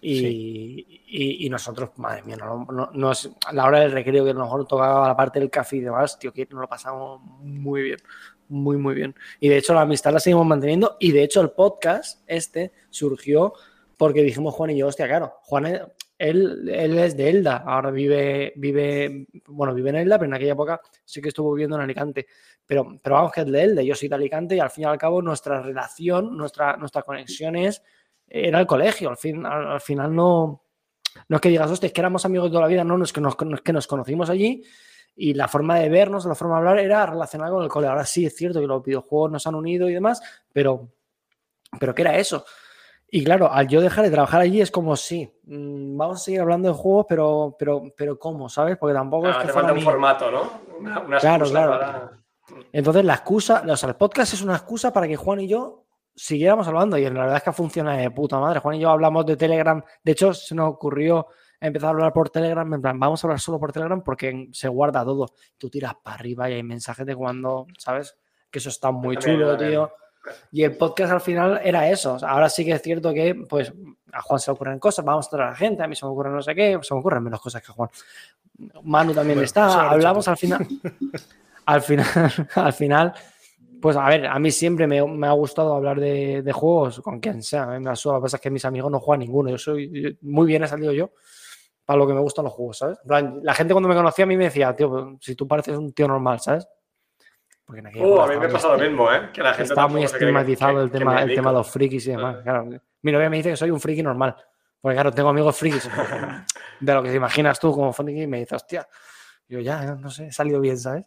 Y, Sí. y, y nosotros, madre mía, no, no, no es, a la hora del recreo que a lo mejor tocaba la parte del café y demás, tío, que nos lo pasamos muy bien, muy, muy bien. Y de hecho la amistad la seguimos manteniendo y de hecho el podcast este surgió porque dijimos Juan y yo, hostia, claro, Juan, él, él es de Elda, ahora vive, vive, bueno, vive en Elda, pero en aquella época sí que estuvo viviendo en Alicante. Pero, pero vamos, que es de Elda, yo soy de Alicante y al fin y al cabo nuestra relación, nuestra, nuestra conexión es, era el colegio. Al, fin, al, al final no, no es que digas, hostia, es que éramos amigos de toda la vida, no, no es que nos, no es que nos conocimos allí y la forma de vernos, la forma de hablar era relacionada con el cole. Ahora sí es cierto que los videojuegos nos han unido y demás, pero, pero ¿qué era eso? Y claro, al yo dejar de trabajar allí es como, sí, mmm, vamos a seguir hablando de juegos, pero, pero, pero ¿cómo? ¿Sabes? Porque tampoco Claro, es que hace fuera falta un mi... formato, ¿no? Una, una Claro, excusa claro. para... Entonces la excusa, o sea, el podcast es una excusa para que Juan y yo siguiéramos hablando y la verdad es que funciona de puta madre. Juan y yo hablamos de Telegram, de hecho se nos ocurrió empezar a hablar por Telegram, en plan, vamos a hablar solo por Telegram porque se guarda todo. Tú tiras para arriba y hay mensajes de cuando, ¿sabes? Que eso está muy También, chulo, también. tío. Y el podcast al final era eso. O sea, ahora sí que es cierto que, pues, a Juan se le ocurren cosas, vamos a traer a la gente, a mí se me ocurren no sé qué, se me ocurren menos cosas que a Juan. Manu también Bueno, está, eso lo has hablamos dicho al final. Al final, al final, pues a ver, a mí siempre me, me ha gustado hablar de, de juegos con quien sea. A mí me la suda. Lo que pasa es que mis amigos no juegan ninguno. Yo soy yo, muy bien he salido yo para lo que me gustan los juegos, ¿sabes? En plan, la gente cuando me conocía a mí me decía, tío, si tú pareces un tío normal, ¿sabes? Porque en uh, a mí me pasa lo mismo, ¿eh? Que la gente está muy estigmatizado que, el, tema, el tema de los frikis y demás. Uh. Claro. Mi novia me dice que soy un friki normal. Porque claro, tengo amigos frikis. De lo que te imaginas tú como friki y me dices, hostia, yo ya, no sé, he salido bien, ¿sabes?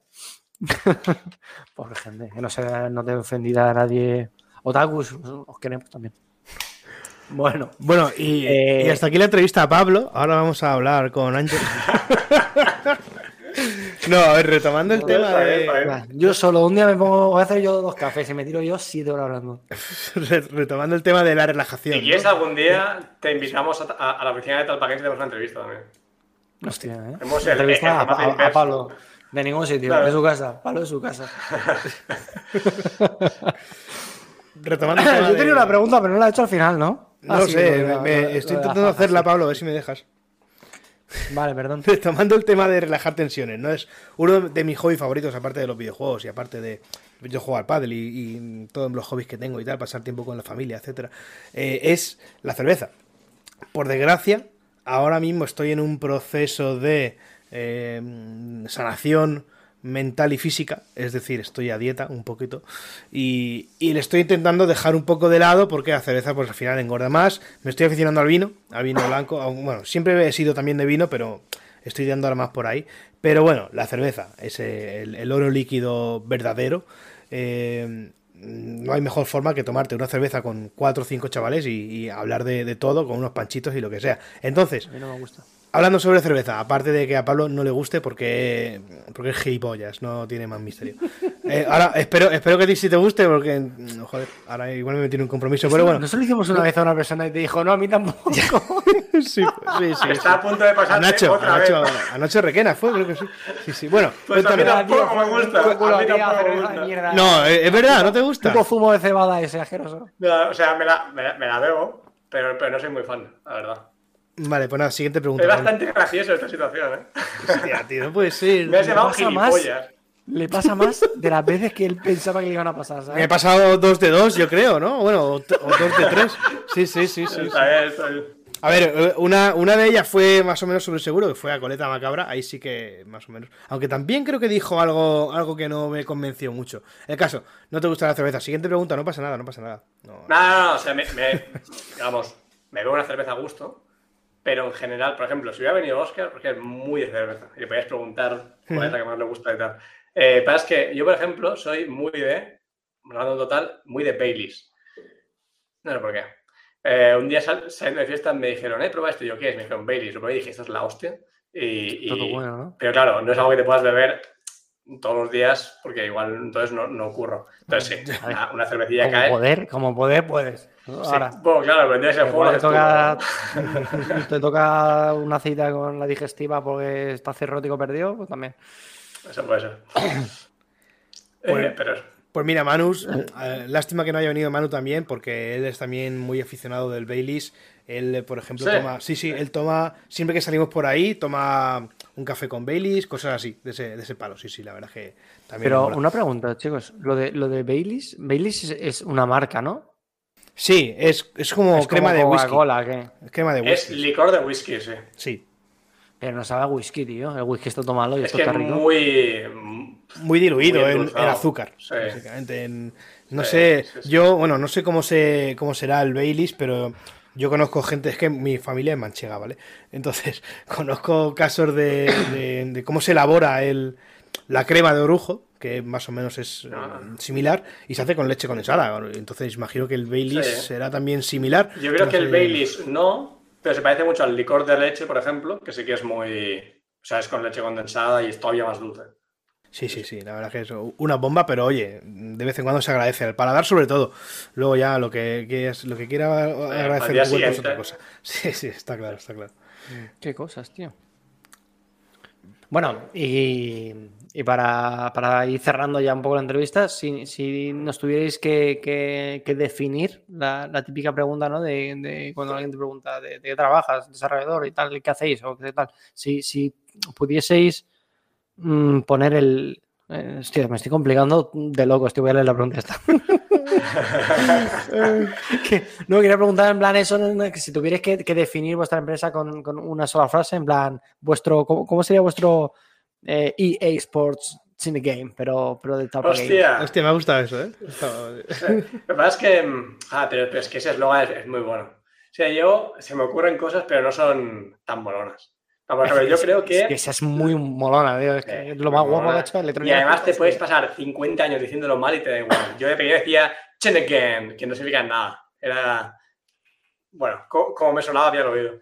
Pobre gente, que no, se, no te ofendida a nadie. Otakus, os queremos también. Bueno, bueno y, eh, y hasta aquí la entrevista a Pablo. Ahora vamos a hablar con Ángel. No, a ver, retomando el no, tema de... Yo solo un día me pongo, voy a hacer yo dos cafés y me tiro yo siete horas hablando. Retomando el tema de la relajación. Si quieres ¿no? algún día te invitamos a, a, a la oficina de Talpaquén y te damos una entrevista también. Hostia, ¿eh? Hemos el, entrevista el, el, a, a, a Pablo. De ningún sitio, claro. De su casa. Pablo de su casa. Retomando el tema tema Yo tenía de... una pregunta, pero no la he hecho al final, ¿no? No ah, sí, sé, me, me, la, estoy la, intentando la, hacerla, Pablo, a ver si me dejas. Vale, perdón. Retomando el tema de relajar tensiones, ¿no? Es uno de mis hobbies favoritos, aparte de los videojuegos y aparte de... Yo juego al pádel y, y todos los hobbies que tengo y tal, pasar tiempo con la familia, etcétera. Eh, es la cerveza. Por desgracia, ahora mismo estoy en un proceso de eh, sanación mental y física, es decir, estoy a dieta un poquito y, y le estoy intentando dejar un poco de lado porque la cerveza pues al final engorda más. Me estoy aficionando al vino, al vino blanco, bueno, siempre he sido también de vino, pero estoy dando ahora más por ahí. Pero bueno, la cerveza es el, el oro líquido verdadero. Eh, no hay mejor forma que tomarte una cerveza con cuatro o cinco chavales y, y hablar de, de todo, con unos panchitos y lo que sea. Entonces, a mí no me gusta. Hablando sobre cerveza, aparte de que a Pablo no le guste porque, porque es gilipollas, no tiene más misterio. Eh, ahora, espero, espero que a ti sí te guste porque, joder, ahora igual me metí en un compromiso, pero bueno. No se lo hicimos una vez a una persona y te dijo, no, a mí tampoco. sí, sí, sí. Está sí. a punto de pasar a Nacho, otra a Nacho, vez. A Nacho Requena fue, creo que sí. Sí, sí. Bueno, pues a mí tampoco me gusta. A mí tampoco me gusta. No, es verdad, ¿no te gusta? Tipo zumo de cebada ese asqueroso. No, o sea, me la, me, me la bebo, pero, pero no soy muy fan, la verdad. Vale, pues nada, siguiente pregunta. Es bastante gracioso esta situación, ¿eh? Hostia, tío, no puede ser. Me has llamado gilipollas. Le pasa más de las veces que él pensaba que le iban a pasar, ¿sabes? Me he pasado dos de dos, yo creo, ¿no? Bueno, o, o dos de tres. Sí, sí, sí, sí. Está bien, está bien. A ver, una, una de ellas fue más o menos sobre seguro, que fue a Coleta Macabra, ahí sí que más o menos. Aunque también creo que dijo algo, algo que no me convenció mucho. El caso, no te gusta la cerveza. Siguiente pregunta, no pasa nada, no pasa nada. No, no, no, no o sea, me, me, digamos, me bebo una cerveza a gusto. Pero en general, por ejemplo, si hubiera venido Óscar, porque es muy de cerveza, y le podías preguntar cuál es la que más le gusta y tal. Eh, pero es que yo, por ejemplo, soy muy de, hablando en total, muy de Baileys. No sé por qué. Eh, un día sal, saliendo de fiesta me dijeron, eh, prueba esto. Y yo, ¿qué es? Me dijeron Baileys. Lo probé y dije, esto es la hostia. Y, y... Todo bueno, ¿no? Pero claro, no es algo que te puedas beber todos los días, porque igual entonces no, no ocurro. Entonces sí, una, una cervecilla como cae. Poder, como poder puedes. Ahora. Sí, bueno, claro, pero tienes el juego. Te toca, te toca una cita con la digestiva porque está cirrótico perdido, pues también. Eso puede ser. Pues, eh, pero... pues mira, Manus, eh, lástima que no haya venido Manu también, porque él es también muy aficionado del Baileys. Él, por ejemplo, Sí. toma... Sí, sí, él toma... Siempre que salimos por ahí, toma un café con Baileys, cosas así, de ese, de ese palo. Sí, sí, la verdad es que también Pero mola. una pregunta, chicos. Lo de, lo de Baileys, Baileys es, es una marca, ¿no? Sí, es, es como Es crema como de whisky. Coca-Cola, ¿qué? Es crema de Es whisky. licor de whisky, sí. Sí. Pero no sabe a whisky, tío. El whisky está tomado y Es esto que está es rico. muy... Muy diluido Muy en, endulzado. en azúcar, Sí. básicamente. En- no Sí, sé, sí, sí. yo, bueno, no sé cómo se, cómo será el Baileys, pero yo conozco gente, es que mi familia es manchega, ¿vale? Entonces, conozco casos de, de- de cómo se elabora el, la crema de orujo, que más o menos es Ah. eh, similar, y se hace con leche condensada. Entonces, imagino que el Baileys Sí. será también similar. Yo creo No que el sé- Baileys no, pero se parece mucho al licor de leche, por ejemplo, que sí que es muy... O sea, es con leche condensada y es todavía más dulce. Sí, sí, sí, la verdad que es una bomba, pero oye, de vez en cuando se agradece, al paladar sobre todo. Luego ya lo que, que es- lo que quiera agradecer día tu cuerpo es siguiente. otra cosa. Sí, sí, está claro, está claro. Qué cosas, tío. Bueno, y, y para, para ir cerrando ya un poco la entrevista, si, si nos tuvierais que, que- que definir la, la típica pregunta, ¿no? De, de cuando alguien te pregunta de, de qué trabajas, desarrollador y tal, ¿qué hacéis? O qué tal. Si, si pudieseis mm, poner el... eh, hostia, me estoy complicando de loco, estoy voy a leer la pregunta esta. Que- no, quería preguntar en plan eso, ¿no? Que si tuvierais que, que definir vuestra empresa con, con una sola frase, en plan, vuestro, ¿cómo, cómo sería vuestro eh, E A Sports Cine Game? Pero, pero de Talpa Games. Hostia. Hostia, me ha gustado eso, ¿eh? Está- Lo que pasa es que... mm, Ah, pero, pero es que ese eslogan es, es muy bueno. O sea, yo... Se me ocurren cosas, pero no son tan molonas. Vamos a ver, yo creo que... Es que esa es muy molona, tío. Es que Eh, es lo más muy guapo que molona. ha hecho Y Electronic además te Arts. puedes pasar cincuenta años diciéndolo mal y te da igual. Yo de pequeño decía Cheneken, que no significa nada. Era... Bueno, co- como me sonaba había oído.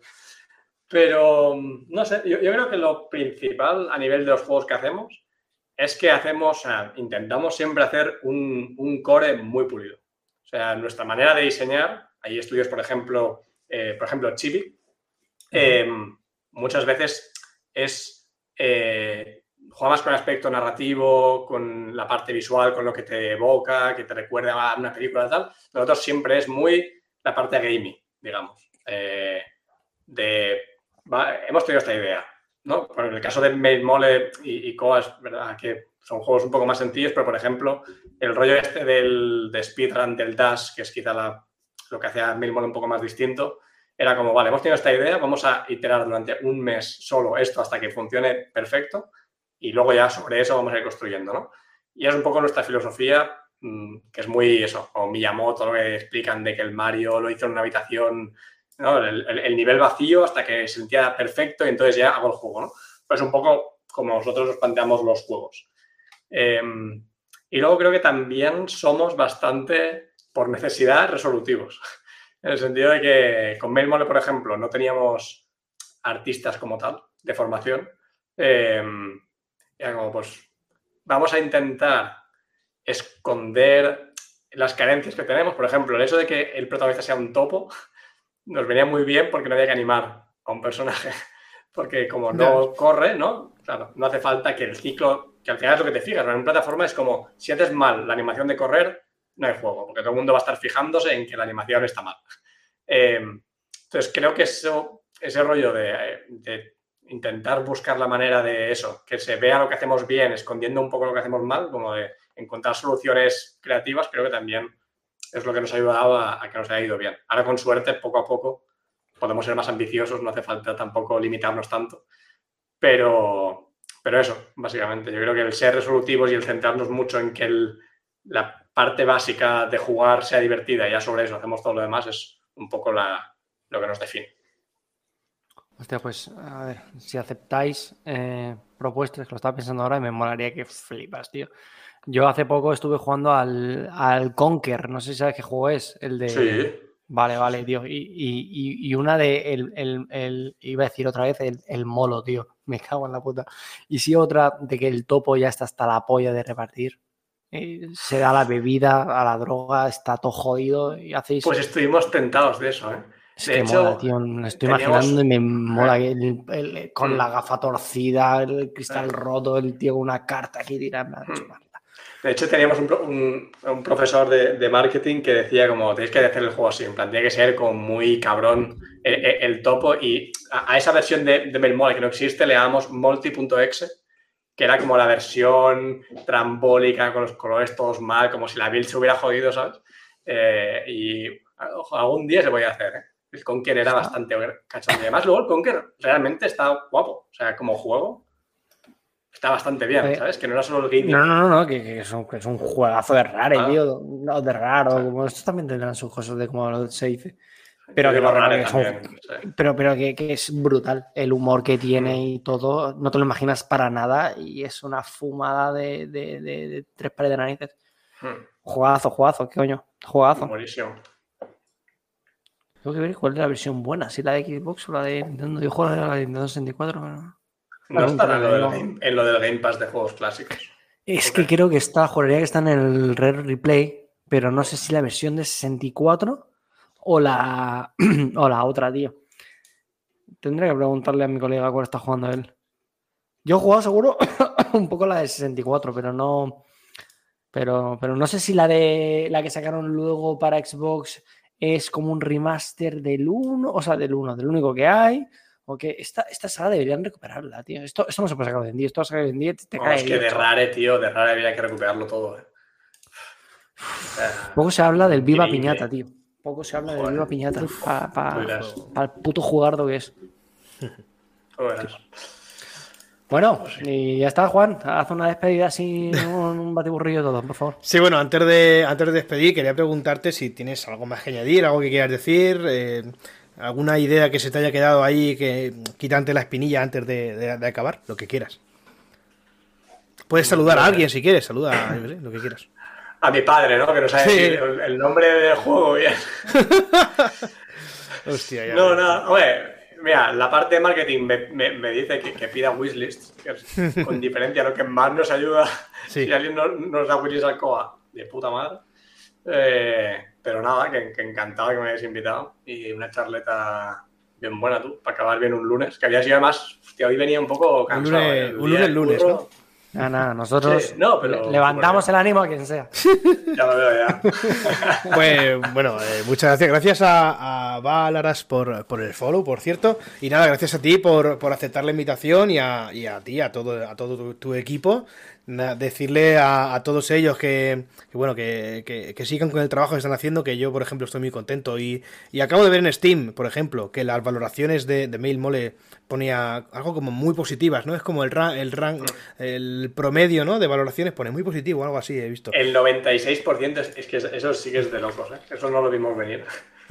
Pero, no sé, yo, yo creo que lo principal a nivel de los juegos que hacemos es que hacemos, o sea, intentamos siempre hacer un, un core muy pulido. O sea, nuestra manera de diseñar, hay estudios, por ejemplo, eh, por ejemplo, Chibi, eh, muchas veces es eh, juega más con el aspecto narrativo, con la parte visual, con lo que te evoca, que te recuerda a una película y tal. Nosotros siempre es muy la parte gaming, digamos. Eh, de, va, hemos tenido esta idea, ¿no? Por el caso de Mail Mole y, y Coa, es verdad que son juegos un poco más sencillos, pero por ejemplo, el rollo este del de speedrun, del dash, que es quizá la, lo que hacía Mail Mole un poco más distinto, era como, vale, hemos tenido esta idea, vamos a iterar durante un mes solo esto hasta que funcione perfecto y luego ya sobre eso vamos a ir construyendo, ¿no? Y es un poco nuestra filosofía, mmm, que es muy eso, o Miyamoto, lo que explican de que el Mario lo hizo en una habitación, ¿no? el, el, el nivel vacío hasta que se sentía perfecto y entonces ya hago el juego, ¿no? Pues un poco como nosotros nos planteamos los juegos. Eh, y luego creo que también somos bastante, por necesidad, resolutivos. En el sentido de que con Mail Mole, por ejemplo, no teníamos artistas como tal, de formación. Eh, era como, pues, vamos a intentar esconder las carencias que tenemos. Por ejemplo, el hecho de que el protagonista sea un topo nos venía muy bien porque no había que animar a un personaje. Porque como no corre, ¿no? Claro, no hace falta que el ciclo, que al final es lo que te fijas, ¿no? En una plataforma es como, si haces mal la animación de correr, no hay juego, porque todo el mundo va a estar fijándose en que la animación está mal. Eh, entonces, creo que eso, ese rollo de, de intentar buscar la manera de eso, que se vea lo que hacemos bien, escondiendo un poco lo que hacemos mal, como de encontrar soluciones creativas, creo que también es lo que nos ha ayudado a, a que nos haya ido bien. Ahora, con suerte, poco a poco, podemos ser más ambiciosos, no hace falta tampoco limitarnos tanto. Pero, pero eso, básicamente. Yo creo que el ser resolutivos y el centrarnos mucho en que el, la parte básica de jugar sea divertida y ya sobre eso hacemos todo lo demás es un poco la, lo que nos define. Hostia, pues a ver, si aceptáis eh, propuestas, que lo estaba pensando ahora y me molaría que flipas, tío. Yo hace poco estuve jugando al, al Conker, no sé si sabes qué juego es, el de... Sí. Vale, vale, tío. Y, y, y una de el, el, el, iba a decir otra vez el, el molo, tío. Me cago en la puta. Y sí, otra de que el topo ya está hasta la polla de repartir. Eh, se da la bebida, a la droga, está todo jodido y hacéis... Pues estuvimos tentados de eso, ¿eh? Es de que hecho, mola, tío. Me estoy teníamos... imaginando y me mola que el, el, con Mm. la gafa torcida, el cristal Mm. roto, el tío con una carta aquí tirada. Mm. De hecho, teníamos un, pro- un- un profesor de, de marketing que decía como, tenéis que hacer el juego así, en plan, tiene que ser como muy cabrón el, el- el topo, y a, a esa versión de, de Mailmole que no existe le llamamos multi.exe, que era como la versión trambólica, con los colores todos mal, como si la build se hubiera jodido, ¿sabes? Eh, y ojo, algún día se podía hacer, ¿eh? El Conker era bastante cachondo. Y además luego el Conker realmente está guapo, o sea, como juego está bastante bien, Eh, ¿sabes? Que no era solo el gimmick. No, no, no, no, que, que es, un, que es un juegazo de rare, Ah. tío. No, de raro. Sí. Como estos también tendrán sus cosas de cómo se dice. Pero Yo que, digo no, rare que son- también, sí. pero, pero que, que es brutal. El humor que tiene Mm. y todo, no te lo imaginas para nada. Y es una fumada de, de, de- de tres pares de narices. Hmm, Juegazo, juegazo, ¿qué coño? Juegazo. buenísimo. Tengo que ver cuál es la versión buena, si la de Xbox o la de Nintendo. Yo juego la de Nintendo sesenta y cuatro. Pero... No Algún estará en lo, del problema. game, en lo del Game Pass de juegos clásicos. Es Ok. que creo que está, juraría que está en el Rare Replay, pero no sé si la versión de sesenta y cuatro o la, o la otra, tío. Tendré que preguntarle a mi colega cuál está jugando él. Yo he jugado seguro un poco la de sesenta y cuatro, pero no. Pero, pero no sé si la de la que sacaron luego para Xbox es como un remaster del uno, o sea, del uno, del único que hay. O que esta, esta saga deberían recuperarla, tío. Esto, esto no se puede sacar hoy en día. Esto sacar hoy en día te, te No, cae es que de chaval. Rare, tío, de Rare había que recuperarlo todo. Eh. O sea, Poco se habla del Viva increíble. Piñata, tío. Poco se habla del Joder. Viva Piñata. Para Tú dirás. el puto jugardo que es. Tú verás. Bueno, y ya está, Juan. Haz una despedida así, un, un batiburrillo todo, por favor. Sí, bueno, antes de, antes de despedir, quería preguntarte si tienes algo más que añadir, algo que quieras decir, eh, alguna idea que se te haya quedado ahí, que quitante la espinilla antes de, de- de acabar, lo que quieras. Puedes saludar a alguien si quieres, saluda, yo qué sé, lo que quieras. A mi padre, ¿no? Que no sabe Sí. decir el, el nombre del juego bien. Hostia, ya. No, ves. no, hombre, mira, la parte de marketing me, me, me dice que, que pida wishlists, que es con diferencia lo que más nos ayuda. Sí. Si alguien nos, nos da wishlist al C O A, de puta madre. Eh, pero nada, que, que encantado que me hayáis invitado. Y una charleta bien buena, tú, para acabar bien un lunes. Que había sido además, hostia, hoy venía un poco Un cansado. lunes, ¿eh? El un día lunes, del lunes, curro, ¿no? Nada, nada, nosotros Sí, no, pero- le- levantamos el ánimo a quien sea. Ya lo veo ya. Pues bueno, eh, muchas gracias. Gracias a, a Valaras por, por el follow, por cierto. Y nada, gracias a ti por, por aceptar la invitación y a, y a ti, a todo, a todo tu, tu equipo. Na- decirle a, a todos ellos que, que bueno, que, que, que sigan con el trabajo que están haciendo, que yo, por ejemplo, estoy muy contento. Y, y acabo de ver en Steam, por ejemplo, que las valoraciones de, de Mailmole ponía algo como muy positivas, ¿no? Es como el rank, el rank, el promedio, ¿no? De valoraciones pone muy positivo, algo así he visto. El noventa y seis por ciento es, es que eso sí que es de locos, ¿eh? Eso no lo vimos venir.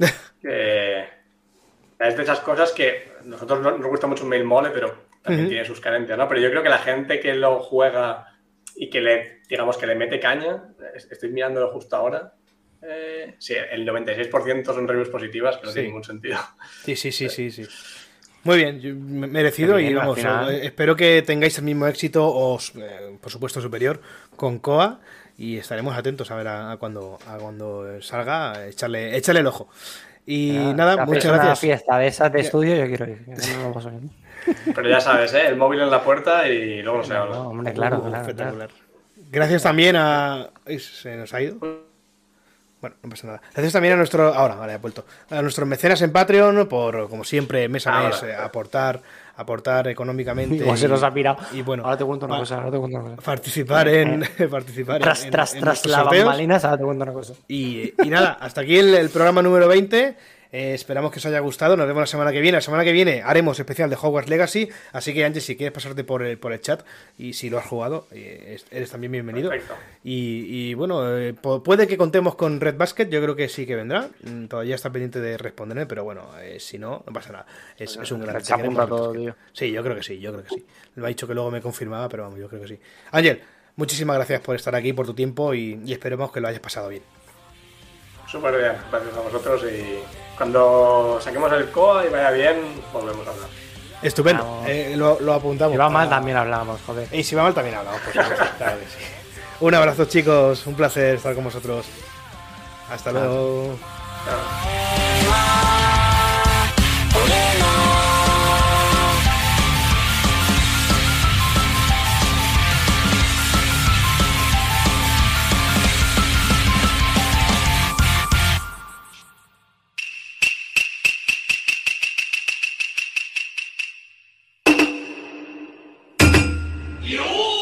Que es de esas cosas que nosotros no- nos gusta mucho un mail mole, pero también Ujú. tiene sus carencias, ¿no? Pero yo creo que la gente que lo juega y que le, digamos, que le mete caña, es- estoy mirándolo justo ahora. Eh, sí, el noventa y seis por ciento son reviews positivas, que no Sí. tiene ningún sentido. Sí, sí, sí, sí, sí. Muy bien, yo- me- merecido Bien, y al vamos, final. eh, espero que tengáis el mismo éxito o, eh, por supuesto, superior con C O A y estaremos atentos a ver a, a cuando, a cuando salga, a echarle, echarle el ojo. Y Ah, nada, que hacéis muchas una gracias. fiesta de esas de estudio, yo quiero ir. que no lo paso bien. Pero ya sabes, ¿eh? El móvil en la puerta y luego no se habla. No, hombre, claro, Uh, claro, espectacular. claro. Gracias también a... Ay, se nos ha ido. Bueno, no pasa nada. Gracias también a nuestro... Ahora, vale, ha vuelto. A nuestros mecenas en Patreon por, como siempre, mes a mes, Ahora. eh, aportar, aportar económicamente. Igual se y- nos ha pirado. Y bueno, Ahora te cuento una pa- cosa, ahora te cuento una cosa. participar en... participar en- Tras, en- tras, en tras nuestros las sorteos. bambalinas, ahora te cuento una cosa. Y, y nada, hasta aquí el, el programa número veinte. Eh, esperamos que os haya gustado. Nos vemos la semana que viene. La semana que viene haremos especial de Hogwarts Legacy. Así que, Ángel, si quieres pasarte por el, por el chat y si lo has jugado, eh, eres también bienvenido. Perfecto. Y, y, bueno, eh, pu- puede que contemos con Red Basket. Yo creo que sí que vendrá. Mm, Todavía está pendiente de responderme, pero bueno, eh, si no, no pasa nada. Es, es un gran Se apunta queremos todo, Red Basket. tío. Sí, yo creo que sí, yo creo que sí. Me ha dicho que luego me confirmaba, pero vamos, yo creo que sí. Ángel, muchísimas gracias por estar aquí, por tu tiempo y, y esperemos que lo hayas pasado bien. Súper bien, gracias a vosotros y cuando saquemos el C O A y vaya bien, volvemos a hablar. Estupendo, Vamos. eh, lo, lo apuntamos. Si va mal, para- también hablamos, joder. Y si va mal, también hablamos, por supuesto. Claro que sí. Un abrazo, chicos. Un placer estar con vosotros. Hasta luego. Chao. よ